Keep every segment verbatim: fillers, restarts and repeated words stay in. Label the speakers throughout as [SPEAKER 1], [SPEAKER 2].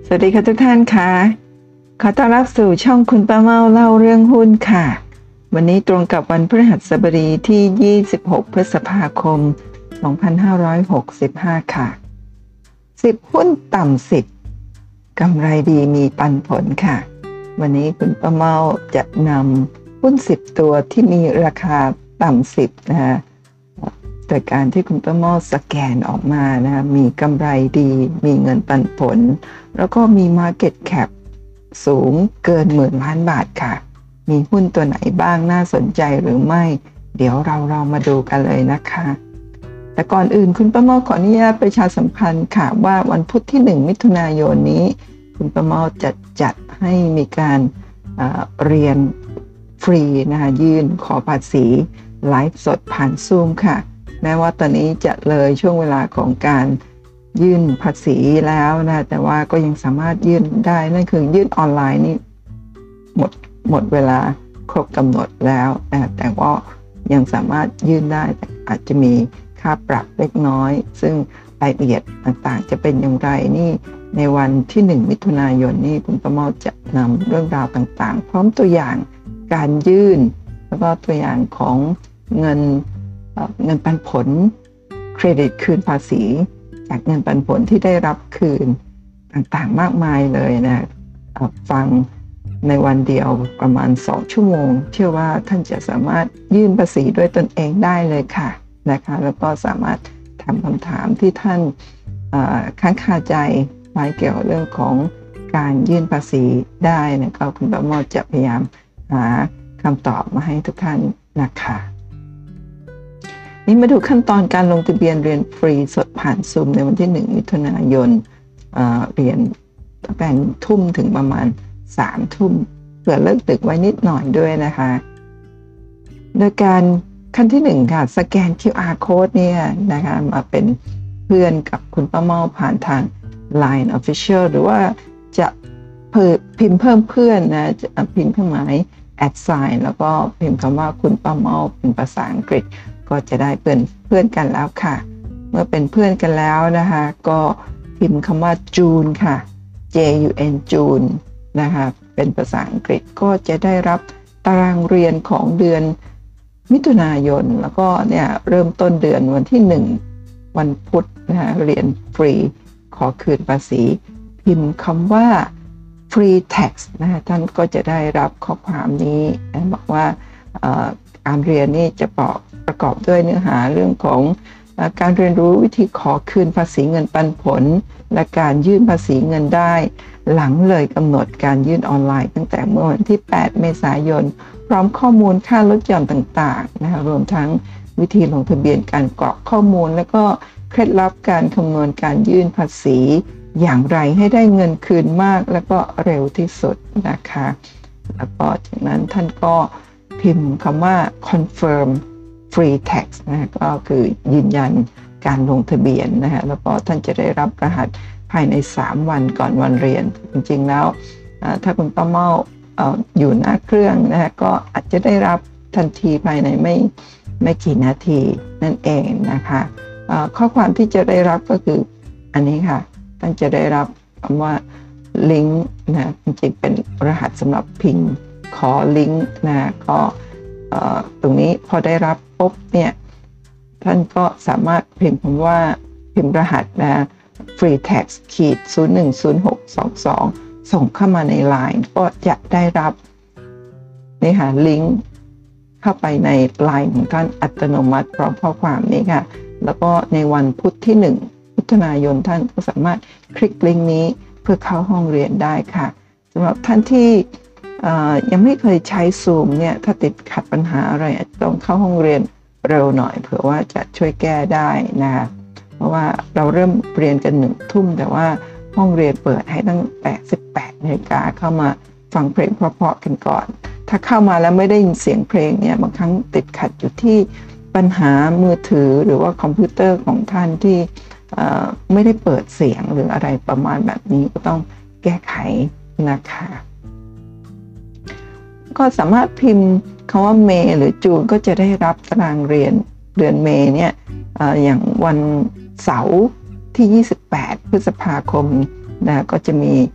[SPEAKER 1] สวัสดีค่ะทุกท่านค่ะขอต้อนรับสู่ช่องคุณป้าเมาเล่าเรื่องหุ้นค่ะวันนี้ตรงกับวันพฤหัสบดีที่ยี่สิบหกพฤษภาคมสองพันห้าร้อยหกสิบห้าค่ะสิบหุ้นต่ำสิบกำไรดีมีปันผลค่ะวันนี้คุณป้าเมาจะนำหุ้นสิบตัวที่มีราคาต่ำสิบนะคะโดยการที่คุณป้าเมาสแกนออกมานะคะมีกำไรดีมีเงินปันผลแล้วก็มี Market Cap สูงเกินหมื่นล้านบาทค่ะมีหุ้นตัวไหนบ้างน่าสนใจหรือไม่เดี๋ยวเราเรามาดูกันเลยนะคะแต่ก่อนอื่นคุณป้าเมาขออนุญาตประชาสัมพันธ์ค่ะว่าวันพุธที่หนึ่งมิถุนายนนี้คุณป้าเมาจะจัดให้มีการเอ่อเรียนฟรีนะคะยื่นขอภาษีไลฟ์สดผ่านซูมค่ะแม้ว่าตอนนี้จะเลยช่วงเวลาของการยื่นภาษีแล้วนะแต่ว่าก็ยังสามารถยื่นได้นั่นคือยื่นออนไลน์นี่หมดหมดเวลาครบกำหนดแล้วนะแต่ว่ายังสามารถยื่นได้แต่อาจจะมีค่าปรับเล็กน้อยซึ่งรายละเอียดต่างๆจะเป็นอย่างไรนี่ในวันที่หนึ่งมิถุนายนนี้คุณประเมาจะนำเรื่องราวต่างๆพร้อมตัวอย่างการยื่นแล้วก็ตัวอย่างของเงินเงินปันผลเครดิตคืนภาษีจากเงินปันผลที่ได้รับคืนต่างๆมากมายเลยนะฟังในวันเดียวประมาณสองชั่วโมงเชื่อว่าท่านจะสามารถยื่นภาษีด้วยตนเองได้เลยค่ะนะคะแล้วก็สามารถถามคำถามที่ท่านค้างคาใจไว้เกี่ยวกับเรื่องของการยื่นภาษีได้นะก็คุณประเมาจะพยายามหาคำตอบมาให้ทุกท่านนะคะนี่มาดูขั้นตอนการลงทะเบียนเรียนฟรีสดผ่านซูมในวันที่หนึ่งมิถุนายน เ, เรียนตั้งแต่ทุ่มถึงประมาณสามทุ่มเผื่อเลิกดึกไว้นิดหน่อยด้วยนะคะโดยการขั้นที่หนึ่งค่ะสแกน คิว อาร์ Code เนี่ยนะคะมาเป็นเพื่อนกับคุณป้าเมาผ่านทาง ไลน์ Official หรือว่าจะพิมพ์เพิ่มเพื่อนนะจะพิมพ์เครื่องหมาย แอท ไซน์ แล้วก็พิมพ์คำว่าคุณป้าเมาเป็นภาษาอังกฤษก็จะได้เป็นเพื่อนกันแล้วค่ะเมื่อเป็นเพื่อนกันแล้วนะคะก็พิมพ์คำว่าจูนค่ะ J U N จูนนะคะเป็นภาษาอังกฤษก็จะได้รับตารางเรียนของเดือนมิถุนายนแล้วก็เนี่ยเริ่มต้นเดือนวันที่หนึ่งวันพุธนะคะเรียนฟรีขอคืนภาษีพิมพ์คำว่า free tax นะคะท่านก็จะได้รับข้อความนี้นะบอกว่าการเรียนนี่จะบอกประกอบด้วยเนื้อหาเรื่องของการเรียนรู้วิธีขอคืนภาษีเงินปันผลและการยื่นภาษีเงินได้หลังเลยกำหนดการยื่นออนไลน์ตั้งแต่เมื่อวันที่แปดเมษายนพร้อมข้อมูลค่าลดหย่อนต่างๆนะคะรวมทั้งวิธีลงทะเบียนการกรอกข้อมูลและก็เคล็ดลับการคำนวณการยื่นภาษีอย่างไรให้ได้เงินคืนมากและก็เร็วที่สุดนะคะแล้วก็จากนั้นท่านก็พิมพ์คำว่า confirm free tax นะก็คือยืนยันการลงทะเบียนนะฮะแล้วก็ท่านจะได้รับรหัสภายในสามวันก่อนวันเรียนจริงๆแล้วถ้าคุณป้าเมาอยู่หน้าเครื่องนะฮะก็อาจจะได้รับทันทีภายในไม่ไม่กี่นาทีนั่นเองนะคะข้อความที่จะได้รับก็คืออันนี้ค่ะท่านจะได้รับคำว่าลิงก์นะจริงๆเป็นรหัสสำหรับพิมพ์ขอลิงก์นะก็ตรงนี้พอได้รับปุ๊บเนี่ยท่านก็สามารถพิมพ์คำว่าพิมพ์รหัสนะ free tax ขีดศูนย์หนึ่งศูนย์หกสองสองส่งเข้ามาใน ไลน์ ก็จะได้รับนี่ค่ะลิงก์เข้าไปใน ไลน์ ของท่านอัตโนมัติพร้อมข้อความนี้ค่ะแล้วก็ในวันพุธที่หนึ่งมิถุนายนท่านก็สามารถคลิกลิงก์นี้เพื่อเข้าห้องเรียนได้ค่ะสำหรับท่านที่ยังไม่เคยใช้ซูมเนี่ยถ้าติดขัดปัญหาอะไรต้องเข้าห้องเรียนเร็วหน่อยเผื่อว่าจะช่วยแก้ได้นะคะเพราะว่าเราเริ่มเรียนกันหนึ่งทุ่มแต่ว่าห้องเรียนเปิดให้ตั้งแต่สิบแปดนาฬิกาเข้ามาฟังเพลงเพราะๆกันก่อนถ้าเข้ามาแล้วไม่ได้ยินเสียงเพลงเนี่ยบางครั้งติดขัดอยู่ที่ปัญหามือถือหรือว่าคอมพิวเตอร์ของท่านที่ไม่ได้เปิดเสียงหรืออะไรประมาณแบบนี้ก็ต้องแก้ไขนะคะก็สามารถพิมพ์คำว่าเมย์หรือจูนก็จะได้รับตารางเรียนเดือนเมย์เนี่ย อ, อย่างวันเสาร์ที่ยี่สิบแปดพฤษภาคมนะก็จะมี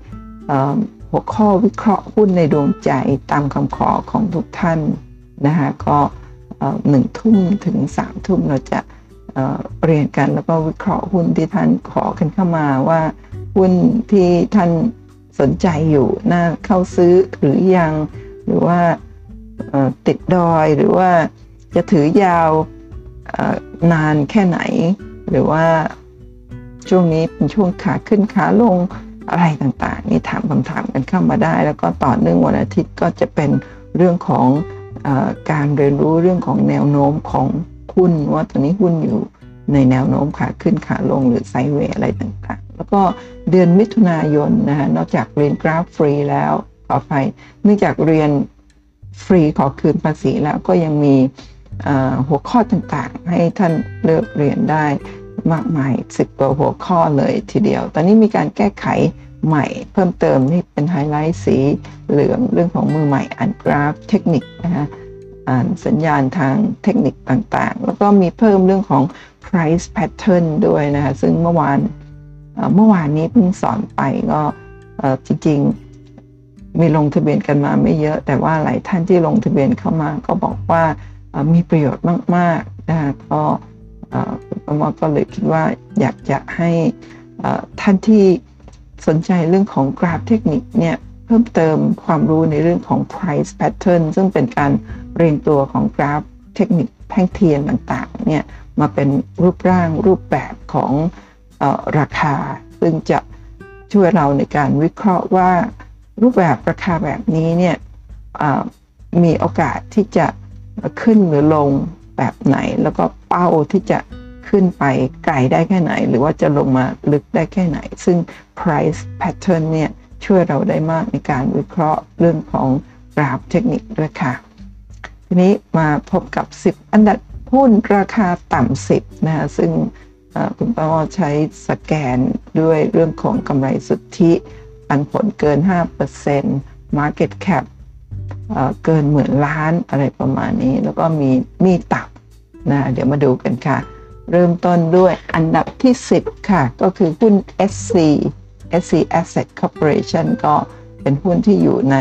[SPEAKER 1] หัวข้อวิเคราะห์หุ้นในดวงใจตามคำขอของทุกท่านนะคะก็หนึ่งทุ่มถึงสามทุ่มเราจะเอ่อเรียนกันแล้วก็วิเคราะห์หุ้นที่ท่านขอกันเข้ามาว่าหุ้นที่ท่านสนใจอยู่น่าเข้าซื้อหรือยังหรือว่าติดดอยหรือว่าจะถือยาวนานแค่ไหนหรือว่าช่วงนี้เป็นช่วงขาขึ้นขาลงอะไรต่างๆนี่ถามคำถามกันเข้ามาได้แล้วก็ต่อเนื่องวันอาทิตย์ก็จะเป็นเรื่องของเอ่อการเรียนรู้เรื่องของแนวโน้มของหุ้นว่าตอนนี้หุ้นอยู่ในแนวโน้มขาขึ้นขาลงหรือไซด์เวย์อะไรต่างๆแล้วก็เดือนมิถุนายนนะฮะนอกจากเรียนกราฟฟรีแล้วขอไปเนื่องจากเรียนฟรีขอคืนภาษีแล้วก็ยังมีหัวข้อต่างๆให้ท่านเลือกเรียนได้มากมายสิบกว่าหัวข้อเลยทีเดียวตอนนี้มีการแก้ไขใหม่เพิ่มเติมนี่เป็นไฮไลท์สีเหลืองเรื่องของมือใหม่อ่านกราฟเทคนิคนะฮะอ่านสัญญาณทางเทคนิคต่างๆแล้วก็มีเพิ่มเรื่องของ price pattern ด้วยนะคะซึ่งเมื่อวานเมื่อวานนี้เพิ่งสอนไปก็จริงๆมีลงทะเบียนกันมาไม่เยอะแต่ว่าหลายท่านที่ลงทะเบียนเข้ามาก็บอกว่ามีประโยชน์มากๆนะคะก็คุณหมอก็เลยคิดว่าอยากจะให้ท่านที่สนใจเรื่องของกราฟเทคนิคเนี่ยเพิ่มเติมความรู้ในเรื่องของ price pattern ซึ่งเป็นการเรียงตัวของกราฟเทคนิคแท่งเทียนต่างๆเนี่ยมาเป็นรูปร่างรูปแบบของเอ่อราคาซึ่งจะช่วยเราในการวิเคราะห์ว่ารูปแบบราคาแบบนี้เนี่ยมีโอกาสที่จะขึ้นหรือลงแบบไหนแล้วก็เป้าที่จะขึ้นไปไกลได้แค่ไหนหรือว่าจะลงมาลึกได้แค่ไหนซึ่ง price pattern เนี่ยช่วยเราได้มากในการวิเคราะห์เรื่องของกราฟเทคนิคด้วยค่ะทีนี้มาพบกับสิบอันดับหุ้นราคาต่ำสิบนะคะซึ่งคุณป้าใช้สแกนด้วยเรื่องของกำไรสุทธิปันผลเกิน ห้าเปอร์เซ็นต์ market cap เอ่อเกินหมื่นล้านอะไรประมาณนี้แล้วก็มีมีตับนะเดี๋ยวมาดูกันค่ะเริ่มต้นด้วยอันดับที่สิบค่ะก็คือหุ้น เอส ซี เอส ซี Asset Corporation ก็เป็นหุ้นที่อยู่ใน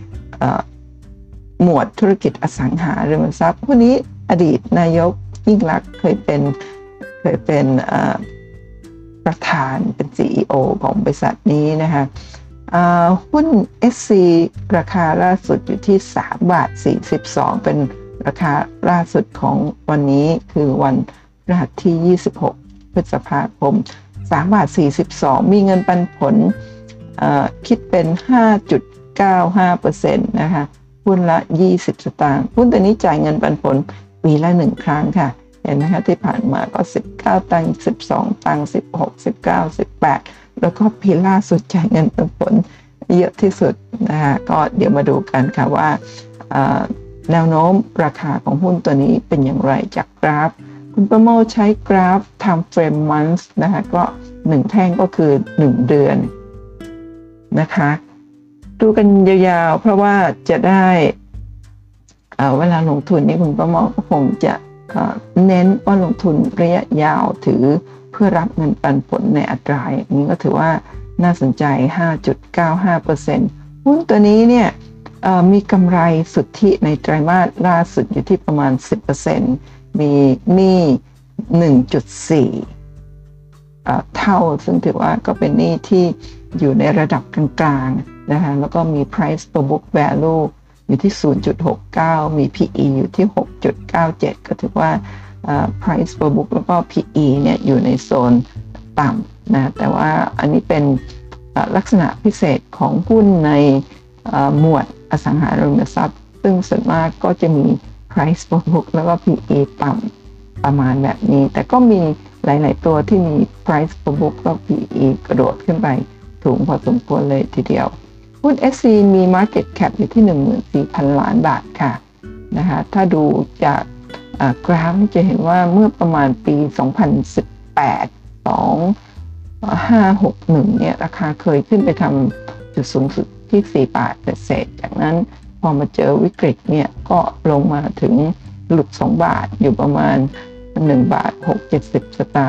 [SPEAKER 1] หมวดธุรกิจอสังหาริมทรัพย์หุ้นนี้อดีตนายกยิ่งลักษณ์เคยเป็นเคยเป็นประธานเป็น ซี อี โอ ของบริษัทนี้นะคะหุ้น เอส ซี ราคาล่าสุดอยู่ที่สามบาทสี่สิบสองเป็นราคาล่าสุดของวันนี้คือวันพฤหัสที่ยี่สิบหกพฤษภาคมสามบาทสี่สิบสองมีเงินปันผลคิดเป็น ห้าจุดเก้าห้าเปอร์เซ็นต์ นะคะหุ้นละยี่สิบสตางค์หุ้นตัวนี้จ่ายเงินปันผลปีละหนึ่งครั้งค่ะเห็นไหมคะที่ผ่านมาก็สิบเก้าตังค์สิบสองตังค์สิบหก สิบเก้า สิบแปดแล้วก็ปีล่าสุดจ่ายเงินปันผลเยอะที่สุดนะคะก็เดี๋ยวมาดูกันค่ะว่าแนวโน้มราคาของหุ้นตัวนี้เป็นอย่างไรจากกราฟคุณประโมทใช้กราฟ time frame months นะคะก็หนึ่งแท่งก็คือหนึ่งเดือนนะคะดูกันยาวๆเพราะว่าจะได้เวลาลงทุนนี่คุณประโมทก็คงจะเน้นว่าลงทุนระยะยาวถือเพื่อรับเงินปันผลในอัตราอย่างนี้ก็ถือว่าน่าสนใจ ห้าจุดเก้าห้าเปอร์เซ็นต์ หุ้นตัวนี้เนี่ยมีกำไรสุทธิในไตรมาสล่าสุดอยู่ที่ประมาณ สิบเปอร์เซ็นต์ มีหนี้ หนึ่งจุดสี่ เท่าซึ่งถือว่าก็เป็นหนี้ที่อยู่ในระดับกลางๆนะคะแล้วก็มี price per book value อยู่ที่ ศูนย์จุดหกเก้า มี พี อี อยู่ที่ หกจุดเก้าเจ็ด ก็ถือว่า price per book แล้วก็ พี อี เนี่ยอยู่ในโซนต่ำนะแต่ว่าอันนี้เป็นลักษณะพิเศษของหุ้นในหมวดอสังหาริมทรัพย์ซึ่งส่วนมากก็จะมี price per book แล้วก็ พี อี ต่ำประมาณแบบนี้แต่ก็มีหลายๆตัวที่มี price per book แล้ว พี อี กระโดดขึ้นไปสูงพอสมควรเลยทีเดียวหุ้น เอส ซี มี market cap อยู่ที่ หนึ่งหมื่นสี่พัน ล้านบาทค่ะนะคะถ้าดูจากกราฟจะเห็นว่าเมื่อประมาณปี สองพันสิบแปด สองพันห้าร้อยหกสิบเอ็ด เนี่ยราคาเคยขึ้นไปทำจุดสูงสุดที่สี่บาทเศษจากนั้นพอมาเจอวิกฤตเนี่ยก็ลงมาถึงหลุดสองบาทอยู่ประมาณหนึ่งบาทหกสิบ เจ็ดสิบสตางค์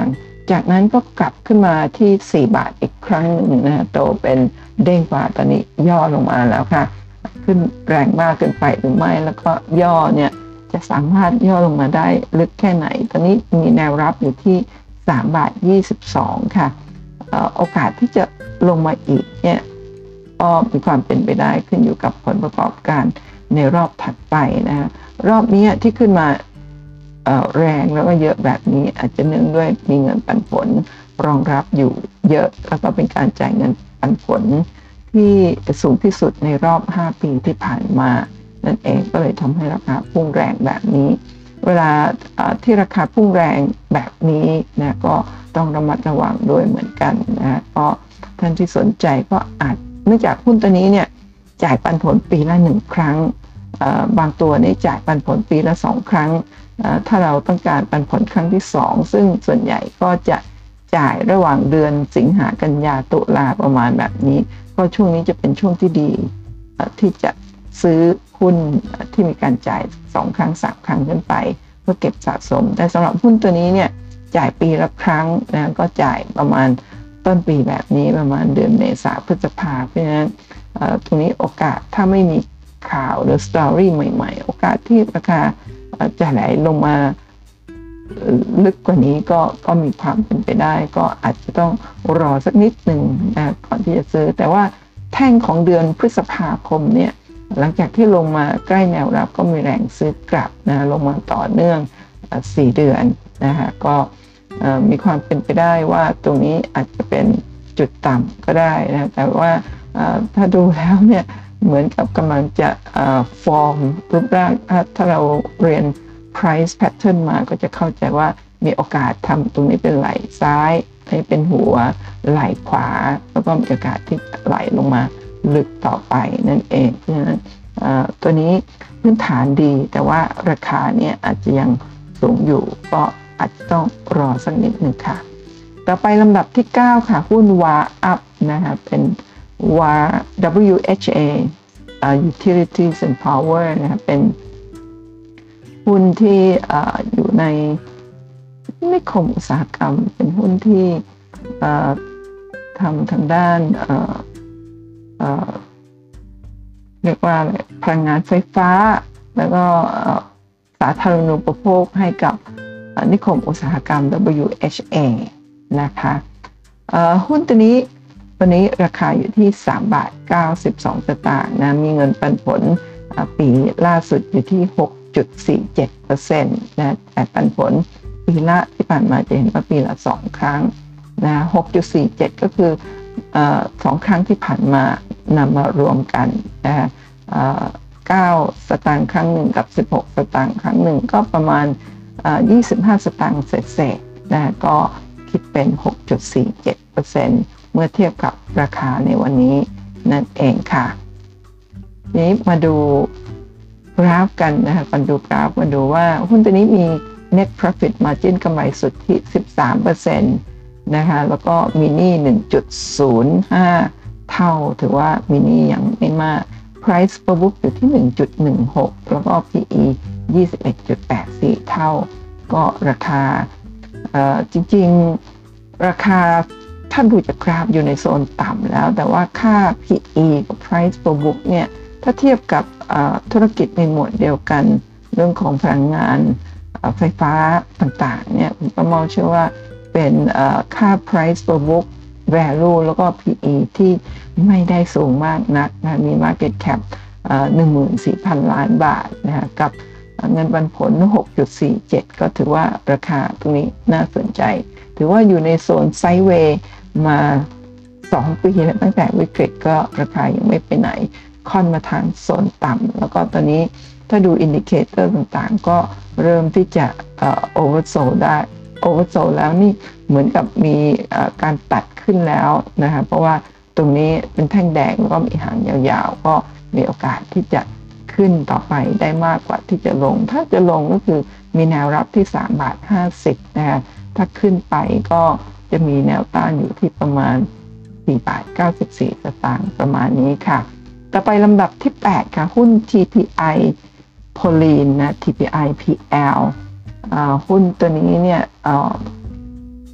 [SPEAKER 1] จากนั้นก็กลับขึ้นมาที่สี่บาทอีกครั้งหนึ่งนะโตเป็นเด้งกว่าตอนนี้ย่อลงมาแล้วค่ะขึ้นแรงมากเกินไปหรือไม่แล้วก็ย่อเนี่ยจะสามารถย่อลงมาได้ลึกแค่ไหนตอนนี้มีแนวรับอยู่ที่สามบาทยี่สิบสองค่ะโอกาสที่จะลงมาอีกเนี่ยก็มีความเป็นไปได้ขึ้นอยู่กับผลประกอบการในรอบถัดไปนะรอบนี้ที่ขึ้นมาแรงแล้วก็เยอะแบบนี้อาจจะเนื่องด้วยมีเงินปันผลรองรับอยู่เยอะแล้วก็เป็นการจ่ายเงินปันผลที่สูงที่สุดในรอบห้าปีที่ผ่านมานั่นเองก็เลยทำให้ราคาพุ่งแรงแบบนี้เวลาที่ราคาพุ่งแรงแบบนี้นะก็ต้องระมัดระวังด้วยเหมือนกันนะก็ท่านที่สนใจก็อาจเนื่องจากหุ้นตัวนี้เนี่ยจ่ายปันผลปีละหนึ่งครั้งบางตัวนี่จ่ายปันผลปีละสองครั้งถ้าเราต้องการปันผลครั้งที่สองซึ่งส่วนใหญ่ก็จะจ่ายระหว่างเดือนสิงหากันยาตุลาประมาณแบบนี้ก็ช่วงนี้จะเป็นช่วงที่ดีที่จะซื้อหุ้นที่มีการจ่ายสองครั้งสามครั้งขึ้นไปเพื่อเก็บสะสมแต่สำหรับหุ้นตัวนี้เนี่ยจ่ายปีละครั้งนะก็จ่ายประมาณต้นปีแบบนี้ประมาณเดือนเมษาพฤษภาเพราะฉะนั้นตรงนี้โอกาสถ้าไม่มีข่าวหรือสตอรี่ใหม่ๆโอกาสที่ราคาจะไหลลงมาลึกกว่านี้ก็ก็มีความเป็นไปได้ก็อาจจะต้องรอสักนิดหนึ่งนะก่อนที่จะซื้อแต่ว่าแท่งของเดือนพฤษภาคมเนี่ยหลังจากที่ลงมาใกล้แนวรับก็มีแรงซื้อกลับนะลงมาต่อเนื่องสี่เดือนนะคะก็มีความเป็นไปได้ว่าตรงนี้อาจจะเป็นจุดต่ำก็ได้นะแต่ว่าถ้าดูแล้วเนี่ยเหมือนกับกำลังจะฟอร์มรูปร่างถ้าเราเรียน price pattern มาก็จะเข้าใจว่ามีโอกาสทำตรงนี้เป็นไหล่ซ้ายให้เป็นหัวไหล่ขวาแล้วก็มีโอกาสที่ไหลลงมาลึกต่อไปนั่นเองเพราะฉะนั้นตัวนี้พื้นฐานดีแต่ว่าราคาเนี่ยอาจจะยังสูงอยู่ก็อาจจะต้องรอสักนิดหนึ่งค่ะต่อไปลำดับที่เก้าค่ะหุ้น วา อัพ นะคะเป็น วา ดับเบิลยู เอช เอ uh, Utilities and Power นะคะเป็นหุ้นที่ uh, อยู่ในนิคมอุตสาหกรรมเป็นหุ้นที่ uh, ทำทางด้าน uh, uh, เรียกว่าพลังงานไฟฟ้าแล้วก็ uh, สาธารณูปโภคให้กับนิคมอุตสาหกรรม ดับเบิลยู เอช เอ นะคะหุ้นตัวนี้ตัวนี้ราคาอยู่ที่สามบาทเก้าสิบสองสตางค์นะมีเงินปันผลปีล่าสุดอยู่ที่ หกจุดสี่เจ็ดเปอร์เซ็นต์ นะแต่ปันผลปีละที่ผ่านมาจะเห็นว่าปีละสองครั้งนะ หกจุดสี่เจ็ด ก็คือสองครั้งที่ผ่านมานำมารวมกันนะเก้าสตางค์ครั้งหนึ่งกับสิบหกสตางค์ครั้งหนึ่งก็ประมาณยี่สิบห้าสตางค์เศษๆนะก็คิดเป็น หกจุดสี่เจ็ดเปอร์เซ็นต์ เมื่อเทียบกับราคาในวันนี้นั่นเองค่ะนี้มาดูกราฟกันนะคะมาดูกราฟมาดูว่าหุ้นตัวนี้มี net profit margin กำไรสุทธิ สิบสามเปอร์เซ็นต์ นะคะแล้วก็มีหนี้ หนึ่งจุดศูนย์ห้า เท่าถือว่ามีหนี้ยังไม่มาก price per book อยู่ที่ หนึ่งจุดหนึ่งหก แล้วก็ พี อี ยี่สิบเอ็ดจุดแปดสี่ เท่าก็ราคาจริงๆราคาถ้าดูจากกราฟอยู่ในโซนต่ำแล้วแต่ว่าค่า พี อี กับ price per book เนี่ยถ้าเทียบกับธุรกิจในหมวดเดียวกันเรื่องของพลังงานไฟฟ้าต่างๆเนี่ยผมก็มองเชื่อว่าเป็นค่า price per book value แล้วก็ พี อี ที่ไม่ได้สูงมากนักนะมี market cap หนึ่งหมื่นสี่พันล้านบาทนะกับเงินปันผล หกจุดสี่เจ็ด ก็ถือว่าราคาตรงนี้น่าสนใจถือว่าอยู่ในโซนไซด์เวย์มาสองปีแล้วตั้งแต่วิกฤตก็ราคายังไม่ไปไหนค่อนมาทางโซนต่ำแล้วก็ตอนนี้ถ้าดูอินดิเคเตอร์ต่างๆก็เริ่มที่จะโอเวอร์โซลได้โอเวอร์โซลแล้วนี่เหมือนกับมีการตัดขึ้นแล้วนะคะเพราะว่าตรงนี้เป็นแท่งแดงแล้วก็มีหางยาวๆก็มีโอกาสที่จะขึ้นต่อไปได้มากกว่าที่จะลงถ้าจะลงก็คือมีแนวรับที่สามบาทห้าสิบนะคะถ้าขึ้นไปก็จะมีแนวต้านอยู่ที่ประมาณสี่บาทเก้าสิบสี่สตางค์ประมาณนี้ค่ะต่อไปลำดับที่แปดค่ะหุ้น ที พี ไอ Poline นะ ที พี ไอ พี แอล หุ้นตัวนี้เนี่ย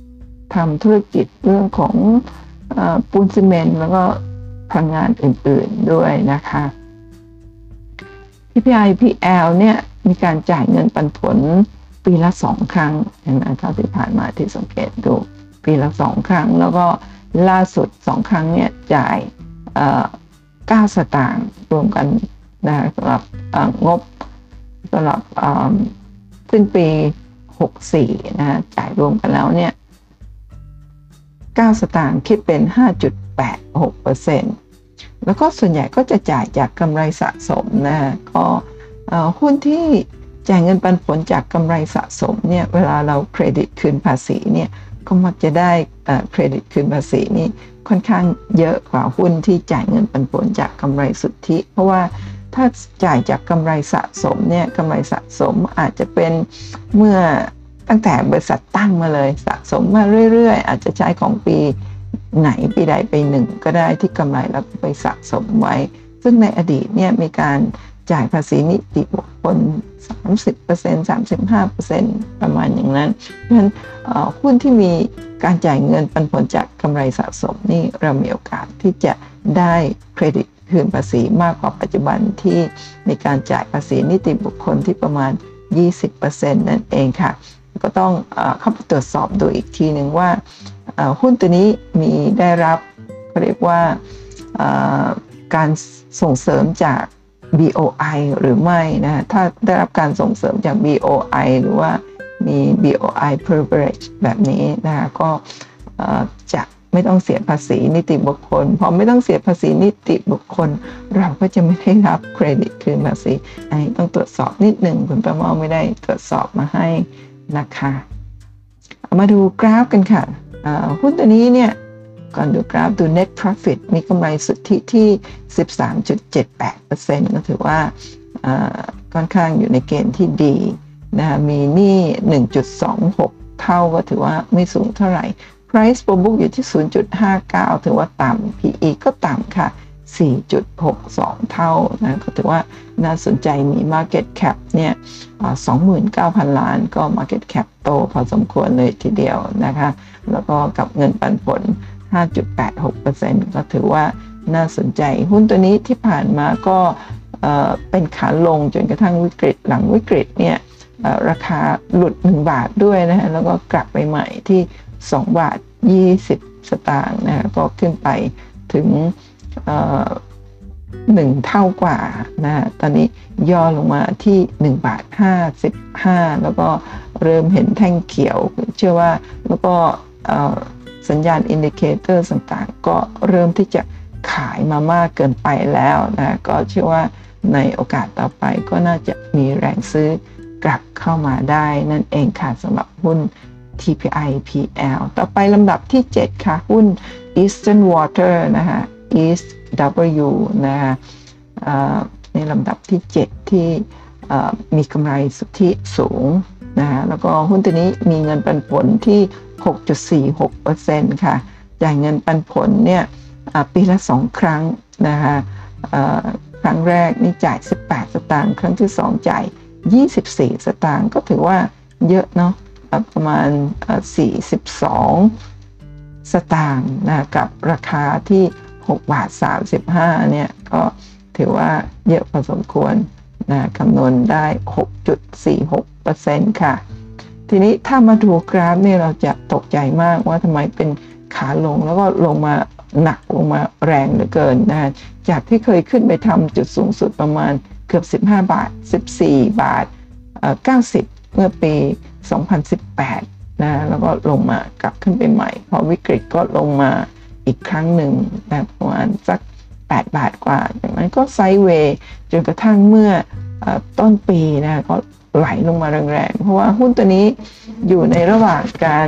[SPEAKER 1] ทำธุรกิจเรื่องของปูนซีเมนต์แล้วก็พลังงานอื่นๆด้วยนะคะ ที พี ไอ พี แอล เนี่ยมีการจ่ายเงินปันผลปีละสองครั้งเห็นไหมเท่าที่ผ่านมาที่สังเกตดูปีละสองครั้งแล้วก็ล่าสุดสองครั้งเนี่ยจ่ายเก้าสตางค์รวมกันนะสำหรับงบสำหรับสิ้นปีหกสิบสี่นะจ่ายรวมกันแล้วเนี่ยเก้าสตางค์คิดเป็น ห้าจุดแปดหกเปอร์เซ็นต์ แล้วก็ส่วนใหญ่ก็จะจ่ายจากกำไรสะสมนะก็หุ้นที่จ่ายเงินปันผลจากกำไรสะสมเนี่ยเวลาเราเครดิตคืนภาษีเนี่ยก็มักจะได้เครดิตคืนภาษีนี่ค่อนข้างเยอะกว่าหุ้นที่จ่ายเงินปันผลจากกำไรสุทธิเพราะว่าถ้าจ่ายจากกำไรสะสมเนี่ยกำไรสะสมอาจจะเป็นเมื่อตั้งแต่บริษัทตั้งมาเลยสะสมมาเรื่อยๆอาจจะใช้ของปีไหนปีใดปีหนึ่งก็ได้ที่กำไรแล้วไปสะสมไว้ซึ่งในอดีตเนี่ยมีการจ่ายภาษีนิติบุคคล สามสิบเปอร์เซ็นต์ สามสิบห้าเปอร์เซ็นต์ ประมาณอย่างนั้นเพราะฉะนั้นหุ้นที่มีการจ่ายเงินปันผลจากกำไรสะสมนี่เรามีโอกาสที่จะได้เครดิตคืนภาษีมากกว่าปัจจุบันที่มีการจ่ายภาษีนิติบุคคลที่ประมาณ ยี่สิบเปอร์เซ็นต์ นั่นเองค่ะก็ต้องเข้าไปตรวจสอบดูอีกทีหนึ่งว่าหุ้นตัวนี้มีได้รับเขาเรียกว่าการส่งเสริมจาก บี โอ ไอ หรือไม่นะถ้าได้รับการส่งเสริมจาก บี โอ ไอ หรือว่ามี บี โอ ไอ privilege แบบนี้นะก็จะไม่ต้องเสียภาษีนิติบุคคลพอไม่ต้องเสียภาษีนิติบุคคลเราก็จะไม่ได้รับเครดิตคืนภาษีอันนี้ต้องตรวจสอบนิดหนึ่งคุณประเมาไม่ได้ตรวจสอบมาให้นะคะมาดูกราฟกันค่ะหุ้นตัวนี้เนี่ยก่อนดูกราฟดู net profit มีกำไรสุทธิที่ สิบสามจุดเจ็ดแปดเปอร์เซ็นต์ ก็ถือว่าค่อนข้างอยู่ในเกณฑ์ที่ดีนะคะมีหนี้ หนึ่งจุดสองหก เท่าก็ถือว่าไม่สูงเท่าไหร่ price per book อยู่ที่ ศูนย์จุดห้าเก้า ถือว่าต่ำ พี อี ก็ต่ำค่ะ สี่จุดหกสอง เท่านะก็ถือว่าน่าสนใจมี market cap เนี่ย สองหมื่นเก้าพัน ล้านก็ market cap โตพอสมควรเลยทีเดียวนะคะแล้วก็กับเงินปันผล ห้าจุดแปดหกเปอร์เซ็นต์ ก็ถือว่าน่าสนใจหุ้นตัวนี้ที่ผ่านมาก็เป็นขาลงจนกระทั่งวิกฤตหลังวิกฤตเนี่ยราคาหลุดหนึ่งบาทด้วยนะฮะแล้วก็กลับไปใหม่ที่สองบาทยี่สิบสตางค์นะฮะก็ขึ้นไปถึงหนึ่งเท่ากว่านะตอนนี้ย่อลงมาที่หนึ่งบาทห้าสิบห้าแล้วก็เริ่มเห็นแท่งเขียวเชื่อว่าแล้วก็สัญญาณอินดิเคเตอร์ต่างๆก็เริ่มที่จะขายมามากเกินไปแล้วนะก็เชื่อว่าในโอกาสต่อไปก็น่าจะมีแรงซื้อกลับเข้ามาได้นั่นเองค่ะสำหรับหุ้น ที พี ไอ พี แอล ต่อไปลำดับที่เจ็ดค่ะหุ้น Eastern Water นะคะ East W นะคะในลำดับที่เจ็ดที่มีกำไรสุทธิสูงนะคะแล้วก็หุ้นตัวนี้มีเงินปันผลที่ หกจุดสี่หกเปอร์เซ็นต์ ค่ะจ่ายเงินปันผลเนี่ยปีละสองครั้งนะคะครั้งแรกนี่จ่ายสิบแปดสตางค์ครั้งที่สองจ่ายยี่สิบสี่สตางค์ก็ถือว่าเยอะเนาะประมาณสี่สิบสองสตางค์นะกับราคาที่หกบาทสามสิบห้าเนี่ยก็ถือว่าเยอะพอสมควรนะคำนวณได้ หกจุดสี่หกเปอร์เซ็นต์ ค่ะทีนี้ถ้ามาดูกราฟเนี่ยเราจะตกใจมากว่าทำไมเป็นขาลงแล้วก็ลงมาหนักลงมาแรงเหลือเกินนะจากที่เคยขึ้นไปทำจุดสูงสุดประมาณเกือบสิบห้าบาทสิบสี่บาทเก้าสิบเมื่อปีสองพันสิบแปดนะแล้วก็ลงมากลับขึ้นไปใหม่พอวิกฤตก็ลงมาอีกครั้งหนึ่งนะประมาณสักแปดบาทกว่าจากนั้นก็ไซด์เวย์จนกระทั่งเมื่อต้นปีนะก็ไหลลงมาแรงๆเพราะว่าหุ้นตัวนี้อยู่ในระหว่างการ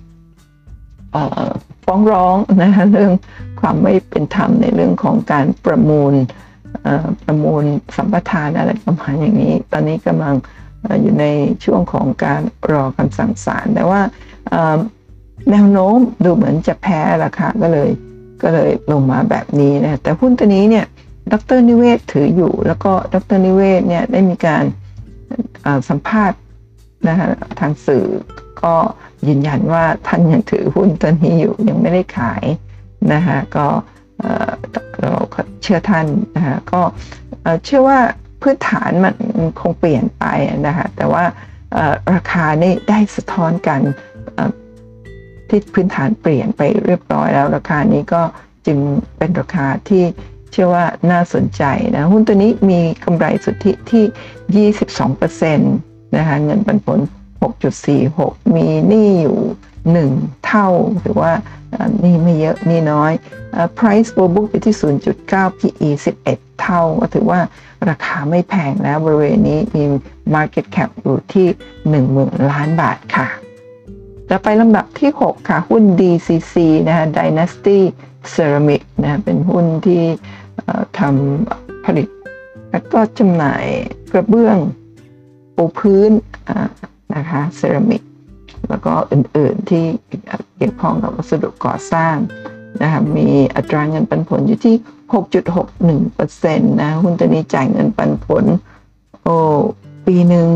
[SPEAKER 1] ฟ้องร้องนะคะเรื่องความไม่เป็นธรรมในเรื่องของการประมูลประมูลสัมปทานอะไรประมาณอย่างนี้ตอนนี้กำลังอยู่ในช่วงของการรอคำสั่งศาลแต่ว่าแนวโน้มดูเหมือนจะแพ้ราคาก็เลยก็เลยลงมาแบบนี้นะแต่หุ้นตัวนี้เนี่ยดร.นิเวศถืออยู่แล้วก็ดร.นิเวศเนี่ยได้มีการสัมภาษณ์นะคะทางสื่อก็ยืนยันว่าท่านยังถือหุ้นตัวนี้อยู่ยังไม่ได้ขายนะคะก็เราเชื่อท่านนะคะก็เชื่อว่าพื้นฐานมันคงเปลี่ยนไปนะคะแต่ว่าราคานี่ได้สะท้อนกันที่พื้นฐานเปลี่ยนไปเรียบร้อยแล้วราคานี้ก็จึงเป็นราคาที่เชื่อว่าน่าสนใจนะหุ้นตัวนี้มีกำไรสุทธิที่ ยี่สิบสองเปอร์เซ็นต์ นะคะเงินปันผล หกจุดสี่หก มีหนี้อยู่หนึ่งเท่าหรือว่านี่ไม่เยอะนี่น้อย price per book อยู่ที่ ศูนย์จุดเก้า พี อี สิบเอ็ดเท่าก็ถือว่าราคาไม่แพงแล้วบริเวณนี้มี market cap อยู่ที่ หนึ่งหมื่น ล้านบาทค่ะจะไปลำดับที่หกค่ะหุ้น ดี ซี ซี นะคะ Dynasty Ceramic นะเป็นหุ้นที่ทำผลิตและก็จำหน่ายกระเบื้องปูพื้นนะคะเซรามิกแล้วก็อื่นๆที่เกี่ยวข้องกับวัสดุก่อสร้างนะคะมีอัตราเงินปันผลอยู่ที่ หกจุดหกหนึ่งเปอร์เซ็นต์ นะหุ้นตัวนี้จ่ายเงินปันผลโอ้ปีหนึ่ง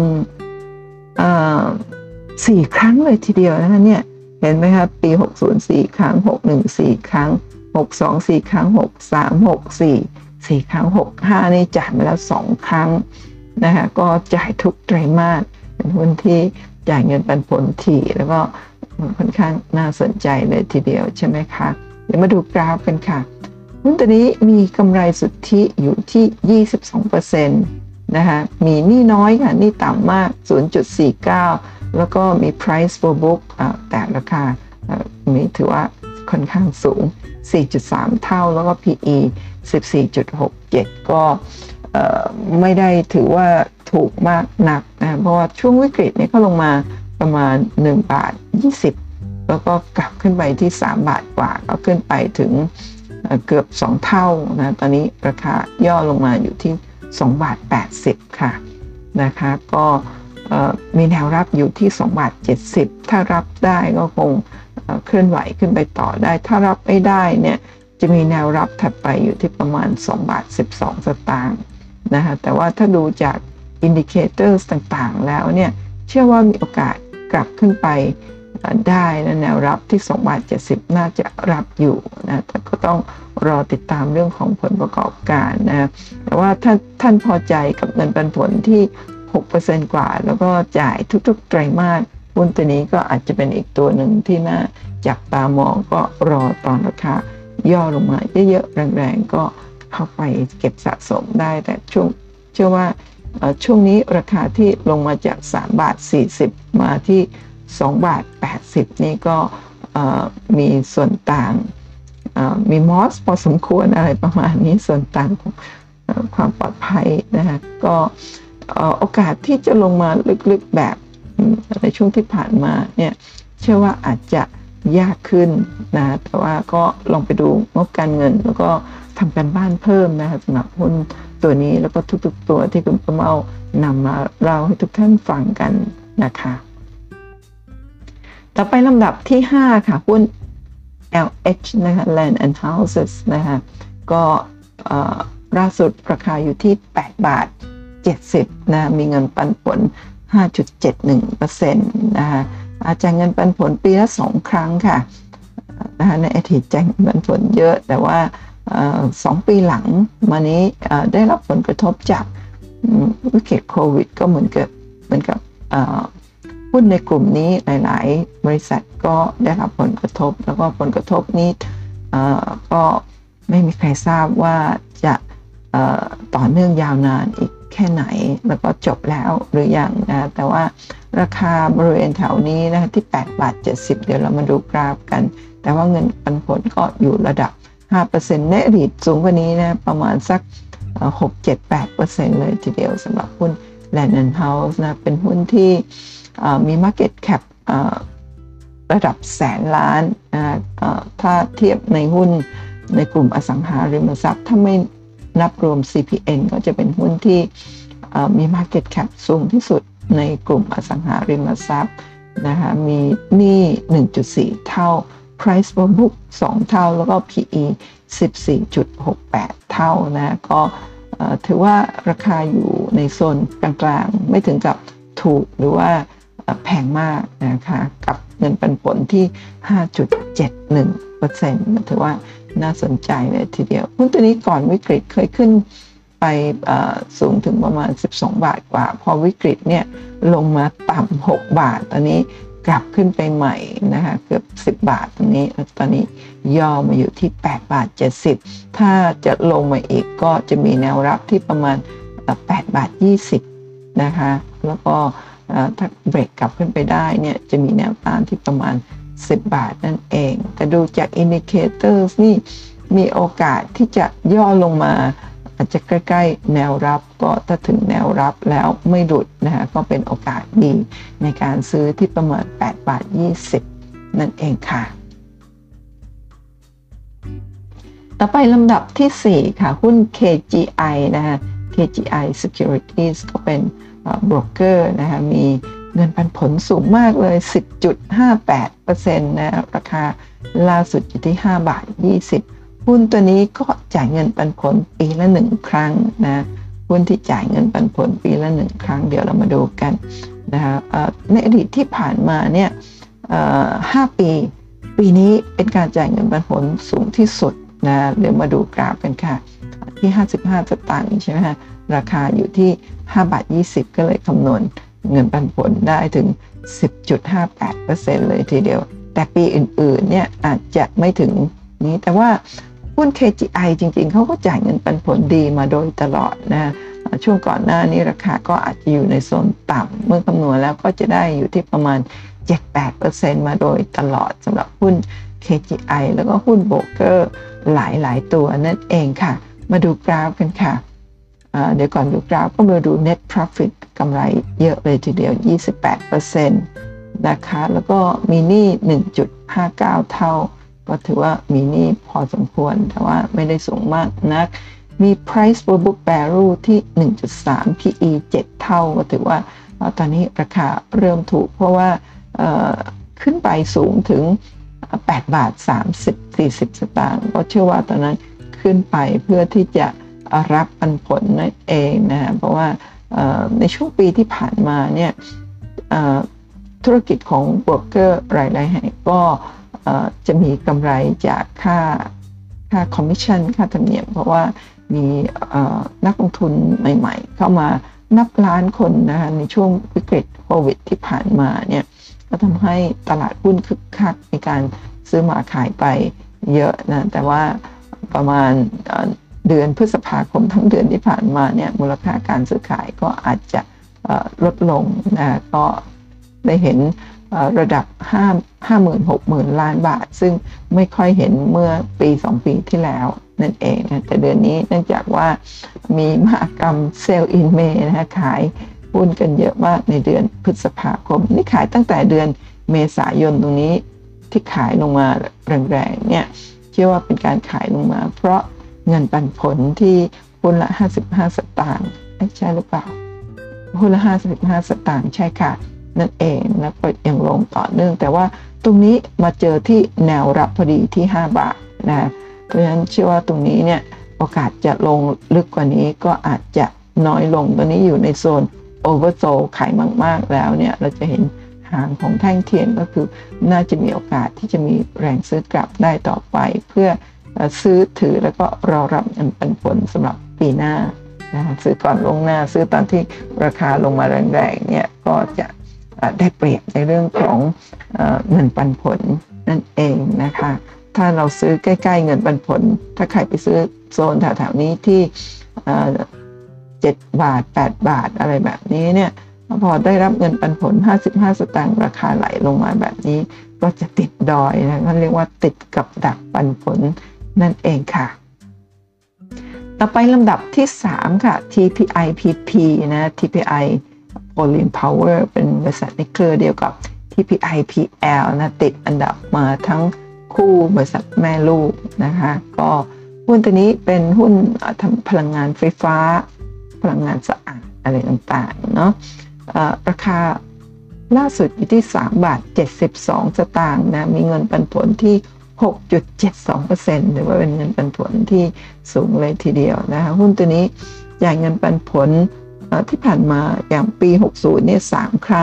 [SPEAKER 1] สี่ครั้งเลยทีเดียวนะคะเนี่ยเห็นไหมคะปีหกสิบสี่ครั้งหกสิบเอ็ดสี่ครั้งหกสิบสองสี่ครั้งหกสิบสาม หกสิบสี่ สี่ครั้งหกสิบห้านี่จ่ายมาแล้วสองครั้งนะคะก็จ่ายทุกไตรมาสเป็นหุ้นที่จ่ายเงินปันผลถี่แล้วก็ค่อนข้างน่าสนใจเลยทีเดียวใช่ไหมคะเดี๋ยวมาดูกราฟกันค่ะหุ้นตัวนี้มีกำไรสุทธิอยู่ที่ ยี่สิบสองเปอร์เซ็นต์ นะคะมีหนี้น้อยค่ะหนี้ต่ำมาก ศูนย์จุดสี่เก้า แล้วก็มี price per book แต่ราคามีถือว่าค่อนข้างสูง สี่จุดสาม เท่าแล้วก็ พี อี สิบสี่จุดหกเจ็ด ก็ไม่ได้ถือว่าถูกมากนักนะเพราะว่าช่วงวิกฤตนี้ก็ลงมาประมาณหนึ่งบาทยี่สิบแล้วก็กลับขึ้นไปที่สามบาทกว่าก็ขึ้นไปถึงเกือบสองเท่านะตอนนี้ราคาย่อลงมาอยู่ที่สองบาทแปดสิบค่ะนะคะก็มีแนวรับอยู่ที่สองบาทเจ็ดสิบถ้ารับได้ก็คงเคลื่อนไหวขึ้นไปต่อได้ถ้ารับไม่ได้เนี่ยจะมีแนวรับถัดไปอยู่ที่ประมาณสองบาทสิบสองสตางค์นะคะแต่ว่าถ้าดูจากอินดิเคเตอร์ต่างๆแล้วเนี่ยเชื่อว่ามีโอกาสกลับขึ้นไปได้นะแนวรับที่สองบาทเจ็ดสิบน่าจะรับอยู่นะแต่ก็ต้องรอติดตามเรื่องของผลประกอบการนะแต่ว่าถ้าท่านพอใจกับเงินปันผลที่ หกเปอร์เซ็นต์ กว่าแล้วก็จ่ายทุกๆไตรมาสหุ้นตัวนี้ก็อาจจะเป็นอีกตัวหนึ่งที่น่าจับตามองก็รอตอนราคาย่อลงมาเยอะๆแรงๆก็เข้าไปเก็บสะสมได้แต่ช่วงเชื่อว่าช่วงนี้ราคาที่ลงมาจากสามบาทสี่สิบมาที่สองบาทแปดสิบนี่ก็มีส่วนต่างมีมอสพอสมควรอะไรประมาณนี้ส่วนต่างของความปลอดภัยนะคะก็โอกาสที่จะลงมาลึกๆแบบในช่วงที่ผ่านมาเนี่ยเชื่อว่าอาจจะยากขึ้นนะแต่ว่าก็ลองไปดูงบการเงินแล้วก็ทำการบ้านเพิ่มนะคะสำหรับหุ้นตัวนี้แล้วก็ทุกๆตัวที่คุณประเมานำมาเล่าให้ทุกท่านฟังกันนะคะต่อไปลำดับที่ห้าค่ะหุ้น แอล เอช นะคะ Land and Houses นะคะก็ล่าสุดราคาอยู่ที่แปดบาทเจ็ดสิบนะมีเงินปันผล ห้าจุดเจ็ดหนึ่งเปอร์เซ็นต์ นะคะจ่ายเงินปันผลปีละสองครั้งค่ะนะคะในอดีตจ่ายเงินปันผลเยอะแต่ว่าสองปีหลังมานี้ได้รับผลกระทบจากวิกฤตโควิดก็เหมือนกับเหมือนกับหุ้นในกลุ่มนี้หลายๆบริษัทก็ได้รับผลกระทบแล้วก็ผลกระทบนี้ก็ไม่มีใครทราบว่าจะต่อเนื่องยาวนานอีกแค่ไหนแล้วก็จบแล้วหรือยังนะแต่ว่าราคาบริเวณแถวนี้นะที่แปดบาทเจ็ดสิบเดี๋ยวเรามาดูกราฟกันแต่ว่าเงินปันผลก็อยู่ระดับ ห้าเปอร์เซ็นต์ ในอดีตสูงกว่านี้นะประมาณสัก หก เจ็ด แปดเปอร์เซ็นต์ เลยทีเดียวสำหรับหุ้น Land and House นะเป็นหุ้นที่มี Market Cap ระดับแสนล้านนะถ้าเทียบในหุ้นในกลุ่มอสังหาริมทรัพย์ถ้าไม่นับรวม ซี พี เอ็น ก็จะเป็นหุ้นที่มี Market Cap สูงที่สุดในกลุ่มอสังหาริมทรัพย์นะคะมีหนี้ หนึ่งจุดสี่ เท่า price per book สองเท่าแล้วก็ พี อี สิบสี่จุดหกแปด เท่านะก็ถือว่าราคาอยู่ในโซนกลางๆไม่ถึงกับถูกหรือว่าแพงมากนะคะกับเงินปันผลที่ ห้าจุดเจ็ดหนึ่งเปอร์เซ็นต์ ถือว่าน่าสนใจเลยทีเดียวหุ้นตัวนี้ก่อนวิกฤตเคยขึ้นไปสูงถึงประมาณสิบสองบาทกว่าพอวิกฤตเนี่ยลงมาต่ำหกบาทตอนนี้กลับขึ้นไปใหม่นะคะเกือบสิบบาทตรงนี้ตอนนี้ย่อมาอยู่ที่แปดบาทเจ็ดสิบถ้าจะลงมาอีกก็จะมีแนวรับที่ประมาณแปดบาทยี่สิบนะคะแล้วก็ถ้าเบรกกลับขึ้นไปได้เนี่ยจะมีแนวต้านที่ประมาณสิบบาทนั่นเองแต่ดูจากอินดิเคเตอร์นี่มีโอกาสที่จะย่อลงมาอาจจะใกล้ๆแนวรับก็ถ้าถึงแนวรับแล้วไม่หลุดนะคะก็เป็นโอกาสดีในการซื้อที่ประมาณแปดบาทยี่สิบนั่นเองค่ะต่อไปลำดับที่สี่ค่ะหุ้น เค จี ไอ นะคะ เค จี ไอ Securities ก็เป็นโบรกเกอร์นะคะมีเงินปันผลสูงมากเลย สิบจุดห้าแปดเปอร์เซ็นต์ นะราคาล่าสุดอยู่ที่ห้าบาทยี่สิบหุ้นตัวนี้ก็จ่ายเงินปันผลปีละหนึ่งครั้งนะหุ้นที่จ่ายเงินปันผลปีละหนึ่งครั้งเดี๋ยวเรามาดูกันนะคะในอดีตที่ผ่านมาเนี่ยห้าปีปีนี้เป็นการจ่ายเงินปันผลสูงที่สุดนะเดี๋ยวมาดูกราฟกันค่ะที่ห้าสิบห้าสตางค์ใช่ไหมคะราคาอยู่ที่ห้าบาทยี่สิบก็เลยคำนวณเงินปันผลได้ถึง สิบจุดห้าแปดเปอร์เซ็นต์ เลยทีเดียวแต่ปีอื่นๆเนี่ยอาจจะไม่ถึงนี้แต่ว่าหุ้น เค จี ไอ จริงๆเขาก็จ่ายเงินปันผลดีมาโดยตลอดนะช่วงก่อนหน้านี้ราคาก็อาจจะอยู่ในโซนต่ำเมื่อคำนวณแล้วก็จะได้อยู่ที่ประมาณ เจ็ดถึงแปดเปอร์เซ็นต์ มาโดยตลอดสำหรับหุ้น เค จี ไอ แล้วก็หุ้นโบรกเกอร์หลายๆตัวนั่นเองค่ะมาดูกราฟกันค่ะเดี๋ยวก่อนดูกราฟก็มาดู net profit กำไรเยอะเลยทีเดียว ยี่สิบแปดเปอร์เซ็นต์ นะคะแล้วก็มีหนี้ หนึ่งจุดห้าเก้า เท่าก็ถือว่ามีหนี้พอสมควรแต่ว่าไม่ได้สูงมากนักมี price per book value ที่ หนึ่งจุดสาม พี อี เจ็ดเท่าก็ถือว่าตอนนี้ราคาเริ่มถูกเพราะว่าขึ้นไปสูงถึงแปดบาทสามสิบ สี่สิบสตางค์ก็เชื่อว่าตอนนั้นขึ้นไปเพื่อที่จะรับปันผลนั่นเองนะเพราะว่าในช่วงปีที่ผ่านมาเนี่ยธุรกิจของโบรกเกอร์รายได้แห่งก็จะมีกำไรจากค่าค่าคอมมิชชั่นค่าธรรมเนียมเพราะว่ามีนักลงทุนใหม่ๆเข้ามานับล้านคนนะคะในช่วงวิกฤตโควิดที่ผ่านมาเนี่ยก็ทำให้ตลาดหุ้นคึกคักในการซื้อมาขายไปเยอะนะแต่ว่าประมาณเดือนพฤษภาคมทั้งเดือนที่ผ่านมาเนี่ยมูลค่าการซื้อขายก็อาจจะลดลงนะก็ได้เห็นระดับห้า ห้าหมื่น หกหมื่นล้านบาทซึ่งไม่ค่อยเห็นเมื่อปีสองปีที่แล้วนั่นเองนะแต่เดือนนี้เนื่องจากว่ามีมหกรรมเซลล์อินเมย์นะคะขายหุ้นกันเยอะมากในเดือนพฤษภาคมนี่ขายตั้งแต่เดือนเมษายนตรงนี้ที่ขายลงมาแรงๆเนี่ยเชื่อว่าเป็นการขายลงมาเพราะเงินปันผลที่หุ้นละห้าสิบห้าสตางค์ใช่หรือเปล่าหุ้นละห้าสิบห้าสตางค์ใช่ค่ะนั่นเองแล้วก็ยังลงต่อเนื่องแต่ว่าตรงนี้มาเจอที่แนวรับพอดีที่ห้าบาทนะเพราะฉะนั้นเชื่อว่าตรงนี้เนี่ยโอกาสจะลงลึกกว่านี้ก็อาจจะน้อยลงตอนนี้อยู่ในโซนโอเวอร์โซลขายมากๆแล้วเนี่ยเราจะเห็นหางของแท่งเทียนก็คือน่าจะมีโอกาสที่จะมีแรงซื้อกลับได้ต่อไปเพื่อซื้อถือแล้วก็รอรับเงินปันผลสำหรับปีหน้านะซื้อก่อนลงหน้าซื้อตอนที่ราคาลงมาแรงๆเนี่ยก็จะได้เปรียบในเรื่องของเงินปันผลนั่นเองนะคะถ้าเราซื้อใกล้ๆเงินปันผลถ้าใครไปซื้อโซนแถวๆนี้ที่เจ็ดบาทแปดบาทอะไรแบบนี้เนี่ยพอได้รับเงินปันผลห้าสิบห้าสตางค์ราคาไหลลงมาแบบนี้ก็จะติดดอยนะเขาเรียกว่าติดกับดักปันผลนั่นเองค่ะต่อไปลำดับที่สามค่ะ ที พี ไอ พี พี นะ ที พี ไอPoling Power เป็นบริษัทในเครือเดียวกับ ที พี ไอ พี แอล นะติดอันดับมาทั้งคู่บริษัทแม่ลูกนะคะก็หุ้นตัวนี้เป็นหุ้นทำพลังงานไฟฟ้าพลังงานสะอาดอะไรต่างๆเนาะราคาล่าสุดอยู่ที่สามบาทเจ็ดสิบสองสตางค์นะมีเงินปันผลที่ หกจุดเจ็ดสองเปอร์เซ็นต์ หรือว่าเป็นเงินปันผลที่สูงเลยทีเดียวนะคะหุ้นตัวนี้จ่ายเงินปันผลที่ผ่านมาอย่างปีหกสิบเนี่ยสามครั้ง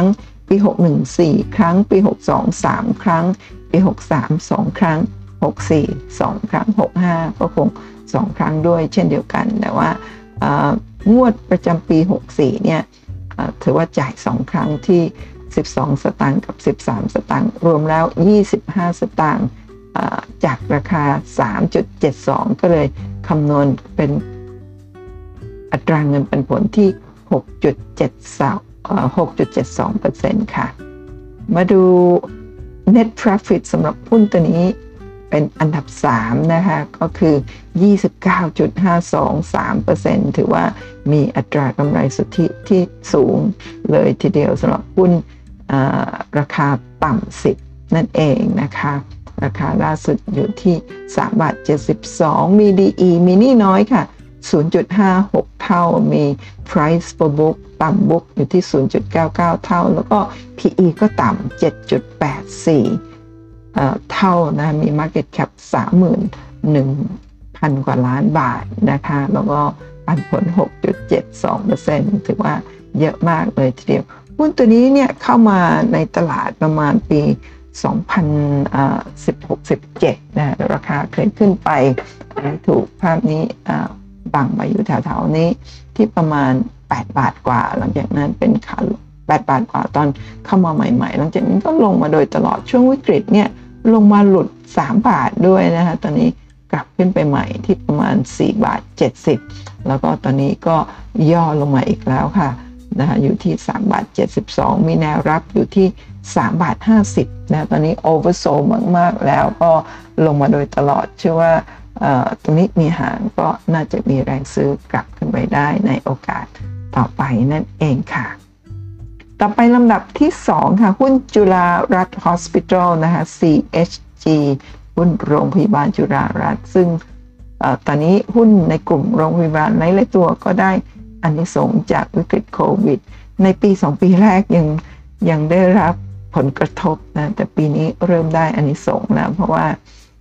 [SPEAKER 1] ปีหกสิบเอ็ด สี่ครั้งปีหกสิบสอง สามครั้งปีหกสิบสาม สองครั้งหกสิบสี่ สองครั้งหกสิบห้าก็คงสองครั้งด้วยเช่นเดียวกันแต่ว่างวดประจำปีหกสิบสี่เนี่ยถือว่าจ่ายสองครั้งที่สิบสองสตางค์กับสิบสามสตางค์รวมแล้วยี่สิบห้าสตางค์จากราคา สามจุดเจ็ดสอง ก็เลยคำนวณเป็นอัตราเงินปันผลที่ หกจุดเจ็ดสองเปอร์เซ็นต์ ค่ะมาดู net profit สำหรับหุ้นตัวนี้เป็นอันดับสามนะคะก็คือ ยี่สิบเก้าจุดห้าสองสามเปอร์เซ็นต์ ถือว่ามีอัตรากำไรสุทธิที่สูงเลยทีเดียวสำหรับหุ้นราคาต่ำสิบนั่นเองนะคะราคาล่าสุดอยู่ที่สามบาทเจ็ดสิบสองมี ดี อี มีหนี้น้อยค่ะ ศูนย์จุดห้าหก เท่ามี price per book ต่ำ book อยู่ที่ ศูนย์จุดเก้าเก้า เท่าแล้วก็ พี อี ก็ต่ำ เจ็ดจุดแปดสี่ เอ่อเท่านะมี market cap สามหมื่นหนึ่งพัน กว่าล้านบาทนะคะแล้วก็ปันผล หกจุดเจ็ดสองเปอร์เซ็นต์ ถือว่าเยอะมากเลยทีเดียวหุ้นตัวนี้เนี่ยเข้ามาในตลาดประมาณปีสองพันสิบหก สิบเจ็ดนะราคาเคยขึ้นไปถูกภาพนี้บังมาอยู่แถวๆนี้ที่ประมาณแปดบาทกว่าหลังจากนั้นเป็นขาลงแปดบาทกว่าตอนเข้ามาใหม่ๆหลังจากนั้นก็ลงมาโดยตลอดช่วงวิกฤตเนี่ยลงมาหลุดสามบาทด้วยนะคะตอนนี้กลับขึ้นไปใหม่ที่ประมาณสี่บาทเจ็ดสิบแล้วก็ตอนนี้ก็ย่อลงมาอีกแล้วค่ะนะคะอยู่ที่สามบาทเจ็ดสิบสองมีแนวรับอยู่ที่สามบาทห้าสิบนะตอนนี้โอเวอร์โซลมากๆแล้วก็ลงมาโดยตลอดเชื่อว่าตรงนี้มีหางก็น่าจะมีแรงซื้อกลับขึ้นไปได้ในโอกาสต่อไปนั่นเองค่ะต่อไปลำดับที่สองค่ะหุ้นจุฬารัตน์ Hospital นะคะ ซี เอช จี หุ้นโรงพยาบาลจุฬารัตน์ซึ่งตอนนี้หุ้นในกลุ่มโรงพยาบาลหลายๆตัวก็ได้อานิสงส์จากวิกฤตโควิดในปีสองปีแรกยังยังได้รับผลกระทบนะแต่ปีนี้เริ่มได้อานิสงส์แล้วเพราะว่า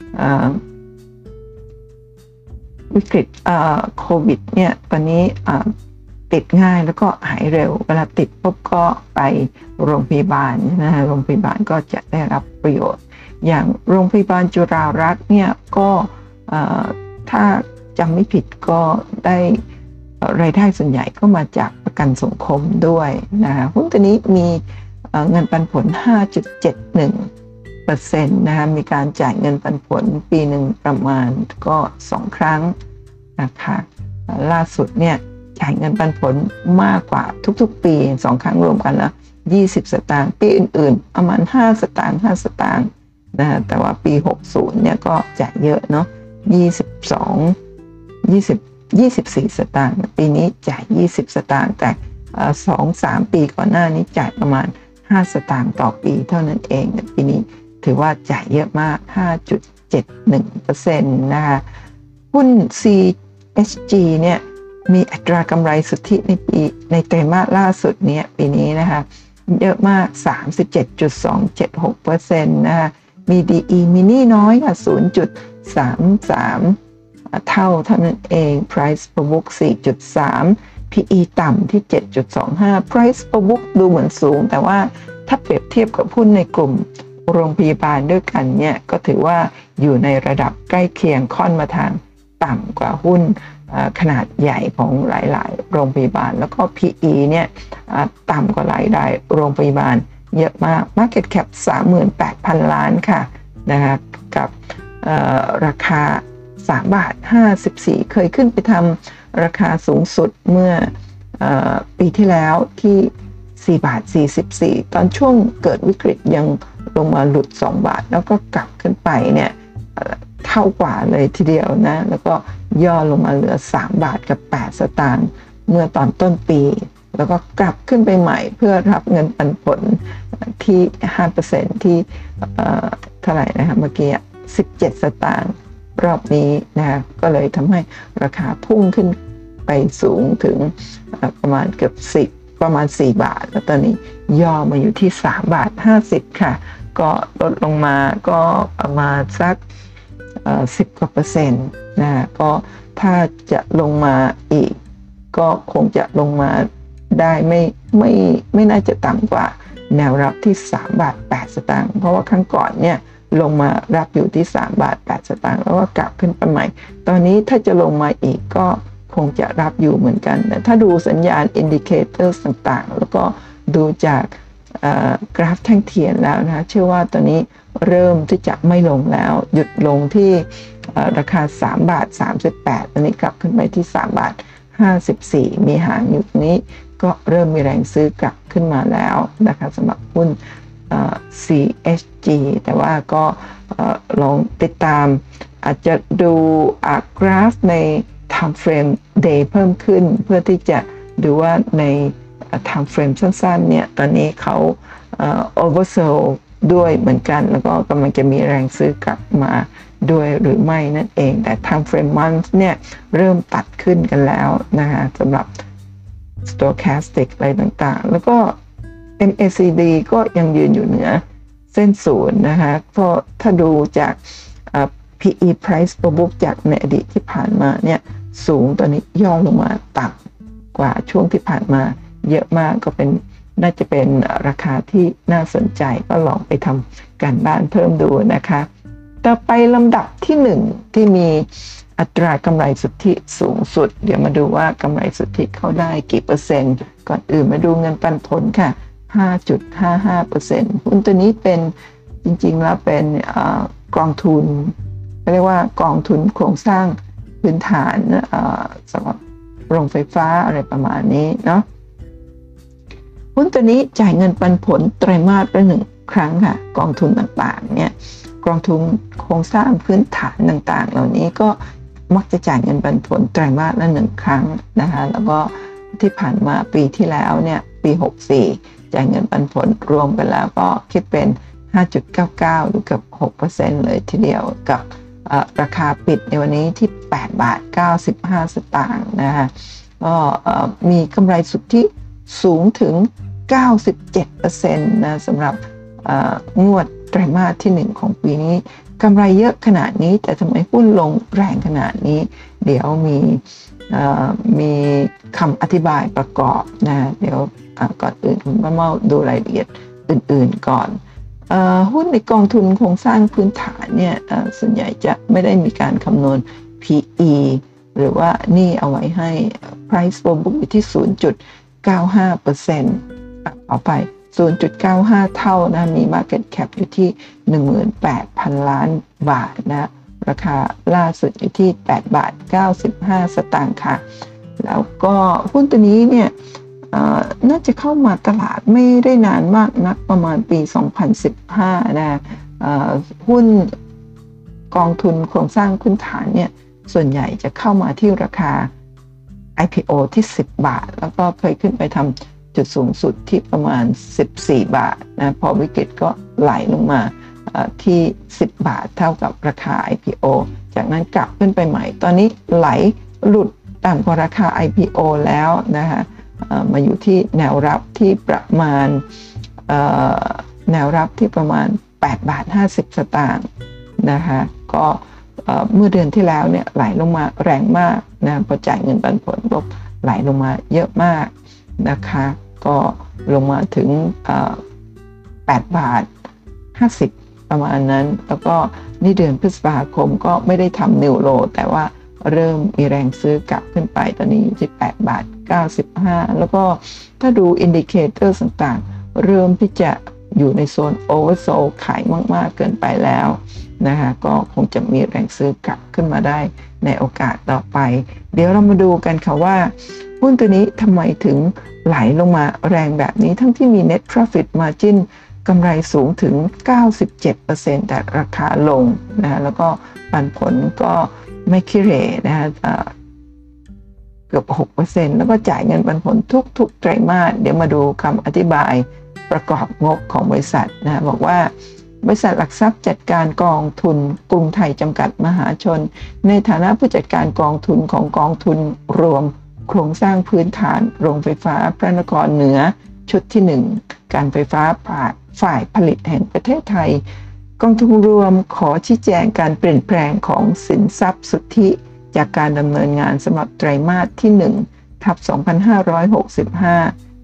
[SPEAKER 1] วิกฤตโควิดเนี่ยตอนนี้ติดง่ายแล้วก็หายเร็วเวลาติดปุ๊บก็ไปโรงพยาบาลนะฮะโรงพยาบาลก็จะได้รับประโยชน์อย่างโรงพยาบาลจุฬารัตน์เนี่ยก็ถ้าจำไม่ผิดก็ได้รายได้ส่วนใหญ่ก็มาจากประกันสังคมด้วยนะคะหุ้นตัวนี้มีเงินปันผล ห้าจุดเจ็ดหนึ่งเปอร์เซ็นต์ นะคะมีการจ่ายเงินปันผลปีหนึ่งประมาณก็สองครั้งนะคะล่าสุดเนี่ยจ่ายเงินปันผลมากกว่าทุกๆปีสองครั้งรวมกันแล้วยี่สิบสตางค์ปีอื่นๆประมาณห้าสตางค์ห้าสตางค์นะแต่ว่าปีหกสิบเนี่ยก็จ่ายเยอะเนาะยี่สิบสอง ยี่สิบ ยี่สิบสี่สตางค์ปีนี้จ่ายยี่สิบสตางค์แต่สอง สามปีก่อนหน้านี้จ่ายประมาณห้าสตางค์ต่อปีเท่านั้นเองปีนี้ถือว่าจ่ายเยอะมาก ห้าจุดเจ็ดหนึ่งเปอร์เซ็นต์ นะคะหุ้น ซี เอช จี เนี่ยมีอัตรากำไรสุทธิในปีในไตรมาสล่าสุดเนี้ยปีนี้นะคะเยอะมาก สามสิบเจ็ดจุดสองเจ็ดหกเปอร์เซ็นต์ นะคะมี ดี อี มีหนี้น้อยค่ะ ศูนย์จุดสามสาม เท่าเท่านั้นเอง price per book สี่จุดสาม พี อี ต่ำที่ เจ็ดจุดสองห้า price per book ดูเหมือนสูงแต่ว่าถ้าเปรียบเทียบกับหุ้นในกลุ่มโรงพยาบาลด้วยกันเนี่ยก็ถือว่าอยู่ในระดับใกล้เคียงค่อนมาทางต่ำกว่าหุ้นขนาดใหญ่ของหลายๆโรงพยาบาลแล้วก็ พี อี เนี่ยต่ำกว่าหลายๆโรงพยาบาลเยอะมาก market cap สามหมื่นแปดพัน ล้านค่ะนะคะกับราคาสามบาทห้าสิบสี่เคยขึ้นไปทำราคาสูงสุดเมื่อปีที่แล้วที่สี่บาทสี่สิบสี่ตอนช่วงเกิดวิกฤตยังลงมาหลุดสองบาทแล้วก็กลับขึ้นไปเนี่ยเท่ากว่าเลยทีเดียวนะแล้วก็ย่อลงมาเหลือสามบาทกับแปดสตางค์เมื่อตอนต้นปีแล้วก็กลับขึ้นไปใหม่เพื่อรับเงินปันผลที่ ห้าเปอร์เซ็นต์ ที่เท่าไหร่นะคะเมื่อกี้สิบเจ็ดสตางค์รอบนี้นะก็เลยทำให้ราคาพุ่งขึ้นไปสูงถึงประมาณเกือบสิบประมาณสี่บาทแล้วตอนนี้ย่อมาอยู่ที่สามบาทห้าสิบค่ะก็ลดลงมาก็ประมาณสักสิบกว่าเปอร์เซ็นต์นะก็ถ้าจะลงมาอีกก็คงจะลงมาได้ไม่ไม่ไม่น่าจะต่ำกว่าแนวรับที่สามบาทแปดสตางค์เพราะว่าครั้งก่อนเนี่ยลงมารับอยู่ที่สามบาทแปดสตางค์แล้วก็กลับขึ้นไปใหม่ตอนนี้ถ้าจะลงมาอีกก็คงจะรับอยู่เหมือนกันแต่ถ้าดูสัญญาณอินดิเคเตอร์ต่างๆแล้วก็ดูจากกราฟแท่งเทียนแล้วนะเชื่อว่าตอนนี้เริ่มที่จะไม่ลงแล้วหยุดลงที่ราคาสามบาทสามสิบแปดตอนนี้กลับขึ้นไปที่สามบาทห้าสิบสี่มีหางอยู่นี้ก็เริ่มมีแรงซื้อกลับขึ้นมาแล้วนะคะสำหรับหุ้น ซี เอช จี แต่ว่าก็ลองติดตามอาจจะดูกราฟใน time frame day เพิ่มขึ้นเพื่อที่จะดูว่าใน time frame สั้นๆเนี่ยตอนนี้เขา oversold ด้วยเหมือนกันแล้วก็กำลังจะมีแรงซื้อกลับมาด้วยหรือไม่นั่นเองแต่ time frame month เนี่ยเริ่มตัดขึ้นกันแล้วนะคะสำหรับ stochastic อะไรต่างๆแล้วก็ เอ็ม เอ ซี ดี ก็ยังยืนอยู่เหนือเส้นศูนย์นะคะก็ถ้าดูจาก พี อี price per book จากในอดีตที่ผ่านมาเนี่ยสูงตอนนี้ย่อลงมาต่ำกว่าช่วงที่ผ่านมาเยอะมากก็เป็นน่าจะเป็นราคาที่น่าสนใจก็ลองไปทำการบ้านเพิ่มดูนะคะต่อไปลำดับที่หนึ่งที่มีอัตรากำไรสุทธิสูงสุดเดี๋ยวมาดูว่ากำไรสุทธิเข้าได้กี่เปอร์เซ็นต์ก่อนอื่นมาดูเงินปันผลค่ะ ห้าจุดห้าห้าเปอร์เซ็นต์ หุ้นตัวนี้เป็นจริงๆแล้วเป็นกองทุนเรียกว่ากองทุนโครงสร้างพื้นฐานสำหรับโรงไฟฟ้าอะไรประมาณนี้เนาะหุ้นตัวนี้จ่ายเงินปันผลไตรมาสละหนึ่งครั้งค่ะกองทุนต่างๆเนี่ยกองทุนโครงสร้างพื้นฐานต่างๆเหล่านี้ก็มักจะจ่ายเงินปันผลไตรมาสละหนึ่งครั้งนะคะแล้วก็ที่ผ่านมาปีที่แล้วเนี่ยปีหกสิบสี่จ่ายเงินปันผลรวมกันแล้วก็คิดเป็น ห้าจุดเก้าเก้า หรือเกือบ หกเปอร์เซ็นต์ เลยทีเดียวกับราคาปิดในวันนี้ที่แปดบาทเก้าสิบห้าสตางค์นะคะก็มีกำไรสุทธิสูงถึง เก้าสิบเจ็ดเปอร์เซ็นต์ นะสำหรับงวดไตรมาสที่หนึ่งของปีนี้กำไรเยอะขนาดนี้แต่ทำไมหุ้นลงแรงขนาดนี้เดี๋ยวมีมีคำอธิบายประกอบนะเดี๋ยวก่อนอื่นคุณป้าเมาดูรายละเอียดอื่นๆก่อนหุ้นในกองทุนโครงสร้างพื้นฐานเนี่ยส่วนใหญ่จะไม่ได้มีการคำนวณ พี อี หรือว่านี่เอาไว้ให้ price per book อยู่ที่ ศูนย์จุดเก้าห้าเปอร์เซ็นต์ เอาไป ศูนย์จุดเก้าห้า เท่านะมี market cap อยู่ที่ หนึ่งหมื่นแปดพัน ล้านบาทนะราคาล่าสุดอยู่ที่แปดบาทเก้าสิบห้าสตางค์ค่ะแล้วก็หุ้นตัวนี้เนี่ยน่าจะเข้ามาตลาดไม่ได้นานมากนักประมาณปีสองพันสิบห้านะหุ้นกองทุนโครงสร้างพื้นฐานเนี่ยส่วนใหญ่จะเข้ามาที่ราคา ไอ พี โอ ที่สิบบาทแล้วก็เคยขึ้นไปทำจุดสูงสุดที่ประมาณสิบสี่บาทนะพอวิกฤตก็ไหลลงมาที่สิบบาทเท่ากับราคา ไอ พี โอ จากนั้นกลับขึ้นไปใหม่ตอนนี้ไหลหลุดต่ำกว่าราคา ไอ พี โอ แล้วนะคะมาอยู่ที่แนวรับที่ประมาณแนวรับที่ประมาณแปดบาทห้าสิบสตางค์นะคะก็เมื่อเดือนที่แล้วเนี่ยไหลลงมาแรงมากนะพอจ่ายเงินปันผลปุ๊บไหลลงมาเยอะมากนะคะก็ลงมาถึงแปดบาทห้าสิบประมาณนั้นแล้วก็นี่เดือนพฤษภาคมก็ไม่ได้ทำนิวโลแต่ว่าเริ่มมีแรงซื้อกลับขึ้นไปตอนนี้อยู่ที่แปดบาทเก้าสิบห้าแล้วก็ถ้าดูอินดิเคเตอร์ต่างๆเริ่มที่จะอยู่ในโซนโอเวอร์โซลขายมากๆเกินไปแล้วนะคะก็คงจะมีแรงซื้อกลับขึ้นมาได้ในโอกาสต่อไปเดี๋ยวเรามาดูกันค่ะว่าหุ้นตัวนี้ทำไมถึงไหลลงมาแรงแบบนี้ทั้งที่มี net profit margin กำไรสูงถึง เก้าสิบเจ็ดเปอร์เซ็นต์ แต่ราคาลงนะแล้วก็ปันผลก็ไม่ขี้เหร่นะคะเกือบ หกเปอร์เซ็นต์ แล้วก็จ่ายเงินปันผลทุกๆไตรมาสเดี๋ยวมาดูคำอธิบายประกอบงบของบริษัทนะบอกว่าบริษัทหลักทรัพย์จัดการกองทุนกรุงไทยจำกัดมหาชนในฐานะผู้จัดการกองทุนของกองทุนรวมโครงสร้างพื้นฐานโรงไฟฟ้าพระนครเหนือชุดที่หนึ่งการไฟฟ้าฝ่ายผลิตแห่งประเทศไทยกองทุนรวมขอชี้แจงการเปลี่ยนแปลงของสินทรัพย์สุทธิจากการดำเนินงานสำหรับไตรมาสที่หนึ่งทับสองพันห้าร้อยหกสิบห้า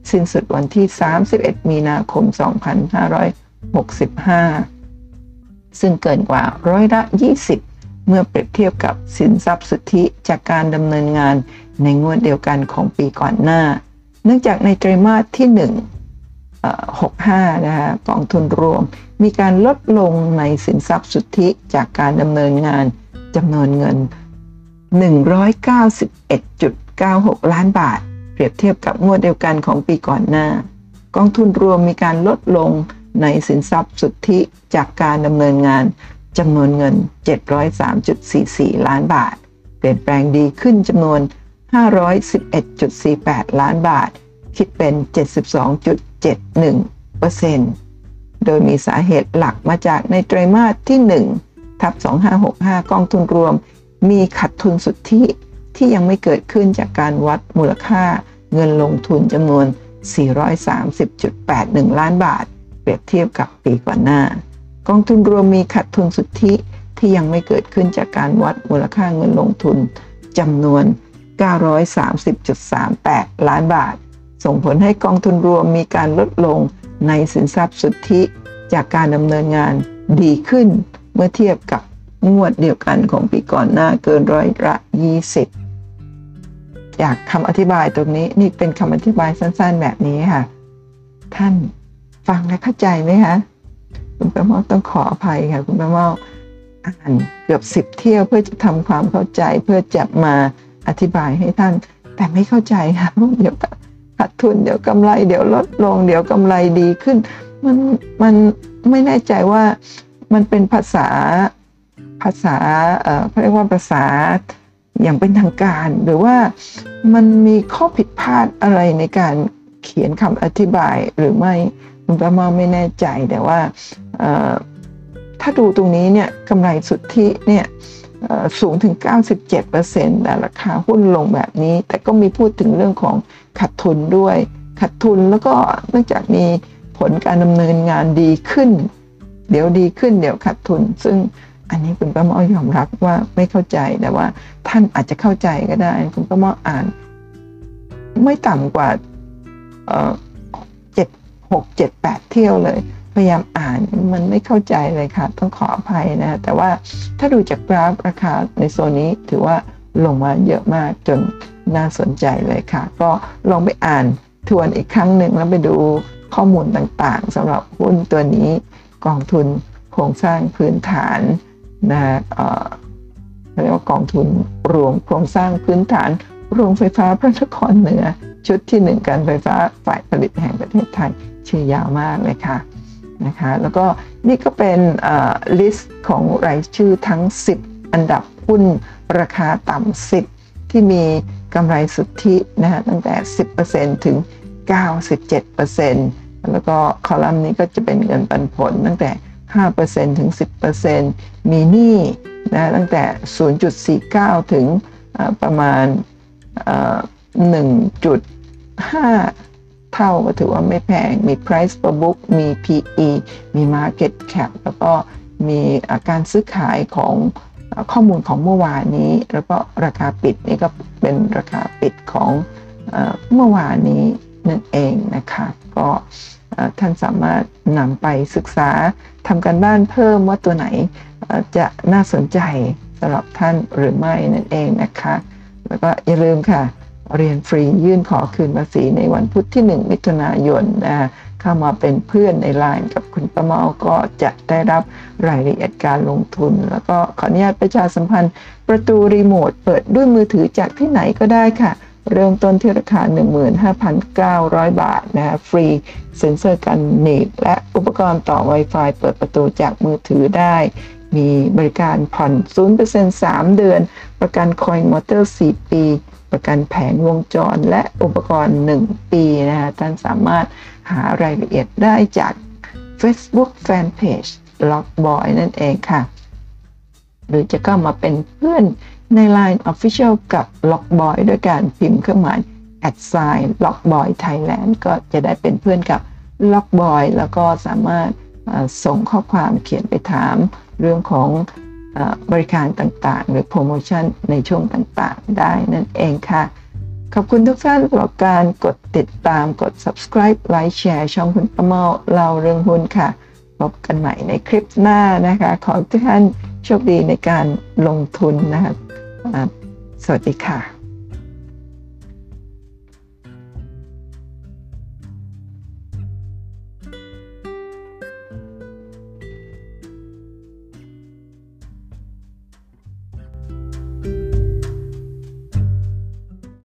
[SPEAKER 1] สิ้นสุดวันที่สามสิบเอ็ดมีนาคมสองพันห้าร้อยหกสิบห้าซึ่งเกินกว่าร้อยละยี่สิบเมื่อเปรียบเทียบกับสินทรัพย์สุทธิจากการดำเนินงานในงวดเดียวกันของปีก่อนหน้าเนื่องจากในไตรมาสที่หนึ่งหกสิบห้านะคะกองทุนรวมมีการลดลงในสินทรัพย์สุทธิจากการดำเนินงานจำนวนเงิน หนึ่งร้อยเก้าสิบเอ็ดจุดเก้าหก ล้านบาทเปรียบเทียบกับงวดเดียวกันของปีก่อนหน้ากองทุนรวมมีการลดลงในสินทรัพย์สุทธิจากการดำเนินงานจำนวนเงิน เจ็ดร้อยสามจุดสี่สี่ ล้านบาทเปลี่ยนแปลงดีขึ้นจำนวน ห้าร้อยสิบเอ็ดจุดสี่แปด ล้านบาทคิดเป็น เจ็ดสิบสองจุดเจ็ดหนึ่งเปอร์เซ็นต์ โดยมีสาเหตุหลักมาจากในไตรมาสที่ หนึ่งทับสองพันห้าร้อยหกสิบห้ากองทุนรวมมีขาดทุนสุทธิที่ยังไม่เกิดขึ้นจากการวัดมูลค่าเงินลงทุนจำนวน สี่ร้อยสามสิบจุดแปดหนึ่ง ล้านบาทเปรียบเทียบกับปีก่อนหน้ากองทุนรวมมีขาดทุนสุทธิที่ยังไม่เกิดขึ้นจากการวัดมูลค่าเงินลงทุนจำนวน เก้าร้อยสามสิบจุดสามแปด ล้านบาทส่งผลให้กองทุนรวมมีการลดลงในสินทรัพย์สุทธิจากการดำเนินงานดีขึ้นเมื่อเทียบกับงวดเดียวกันของปีก่อนหน้าเกินร้อยละยี่สิบอยากคำอธิบายตรงนี้นี่เป็นคำอธิบายสั้นๆแบบนี้ค่ะท่านฟังและเข้าใจไหมคะคุณประเมาต้องขออภัยค่ะคุณประเมาอ่านเกือบสิบเที่ยวเพื่อจะทำความเข้าใจเพื่อจะมาอธิบายให้ท่านแต่ไม่เข้าใจค่ะเดี๋ยวขาดทุนเดี๋ยวกำไรเดี๋ยวลดลงเดี๋ยวกำไรดีขึ้นมันมันไม่แน่ใจว่ามันเป็นภาษาภาษาเอ่อเขาเรียกว่าภาษาอย่างเป็นทางการหรือว่ามันมีข้อผิดพลาดอะไรในการเขียนคำอธิบายหรือไม่คุณป้าเมาไม่แน่ใจแต่ว่าถ้าดูตรงนี้เนี่ยกำไรสุทธิเนี่ยสูงถึง เก้าสิบเจ็ดเปอร์เซ็นต์ แต่ราคาหุ้นลงแบบนี้แต่ก็มีพูดถึงเรื่องของขาดทุนด้วยขาดทุนแล้วก็เนื่องจากมีผลการดำเนินงานดีขึ้นเดี๋ยวดีขึ้นเดี๋ยวขาดทุนซึ่งอันนี้คุณป้าเมายอมรับว่าไม่เข้าใจแต่ว่าท่านอาจจะเข้าใจก็ได้คุณป้าเมาอ่านไม่ต่ำกว่าเอ่อเจ็ดหกเจ็ดแปดเที่ยวเลยพยายามอ่านมันไม่เข้าใจเลยค่ะต้องขออภัยนะแต่ว่าถ้าดูจากกราฟราคาในโซนนี้ถือว่าลงมาเยอะมากจนน่าสนใจเลยค่ะก็ลองไปอ่านทวนอีกครั้งหนึ่งแล้วไปดูข้อมูลต่างๆสำหรับหุ้นตัวนี้กองทุนโครงสร้างพื้นฐานนะเอ่อเรียกว่ากองทุนรวมโครงสร้างพื้นฐานโรงไฟฟ้าพระนครเหนือชุดที่หนึ่งการไฟฟ้าฝ่ายผลิตแห่งประเทศไทยชื่อยาวมากเลยค่ะนะคะแล้วก็นี่ก็เป็นลิสต์ของรายชื่อทั้งสิบอันดับหุ้นราคาต่ำสิบที่มีกำไรสุทธินะฮะตั้งแต่ สิบเปอร์เซ็นต์ ถึง เก้าสิบเจ็ดเปอร์เซ็นต์ แล้วก็คอลัมน์นี้ก็จะเป็นเงินปันผลตั้งแต่ ห้าเปอร์เซ็นต์ ถึง สิบเปอร์เซ็นต์ มีหนี้นะตั้งแต่ ศูนย์จุดสี่เก้า ถึงประมาณ หนึ่งจุดห้า เท่าก็ถือว่าไม่แพงมี price per book มี พี อี มี market cap แล้วก็มีการซื้อขายของข้อมูลของเมื่อวานนี้แล้วก็ราคาปิดนี่ก็เป็นราคาปิดของเมื่อวานนี้นั่นเองนะคะก็ท่านสามารถนำไปศึกษาทำการบ้านเพิ่มว่าตัวไหนจะน่าสนใจสำหรับท่านหรือไม่นั่นเองนะคะแล้วก็อย่าลืมค่ะเรียนฟรียื่นขอคืนภาษีในวันพุธที่หนึ่งมิถุนายนนะเข้ามาเป็นเพื่อนใน ไลน์ กับคุณประเมาก็จะได้รับรายละเอียดการลงทุนแล้วก็ขออนุญาตประชาสัมพันธ์ประตูรีโมทเปิดด้วยมือถือจากที่ไหนก็ได้ค่ะเริ่มต้นที่ราคา หนึ่งหมื่นห้าพันเก้าร้อย บาทนะฟรีเซ็นเซอร์กันหนีบและอุปกรณ์ต่อ Wi-Fi เปิดประตูจากมือถือได้มีบริการผ่อน ศูนย์เปอร์เซ็นต์ สามเดือนประกันคอยน์มอเตอร์สี่ปีประกันแผงวงจรและอุปกรณ์หนึ่งปีนะคะท่านสามารถหารายละเอียดได้จาก Facebook Fanpage Lockboy นั่นเองค่ะหรือจะเข้ามาเป็นเพื่อนใน ไลน์ Official กับ Lockboy ด้วยการพิมพ์เครื่องหมาย แอท ไซน์ Lockboy Thailand ก็จะได้เป็นเพื่อนกับ Lockboy แล้วก็สามารถส่งข้อความเขียนไปถามเรื่องของบริการต่างๆหรือโปรโมชั่นในช่วงต่างๆได้นั่นเองค่ะขอบคุณทุกท่านสำหรับการกดติดตามกด subscribe ไลค์แชร์ช่องคุณป้าเมาเล่าเรื่องหุ้นค่ะพบกันใหม่ในคลิปหน้านะคะขอให้ทุกท่านโชคดีในการลงทุนนะคะสวัสดีค่ะ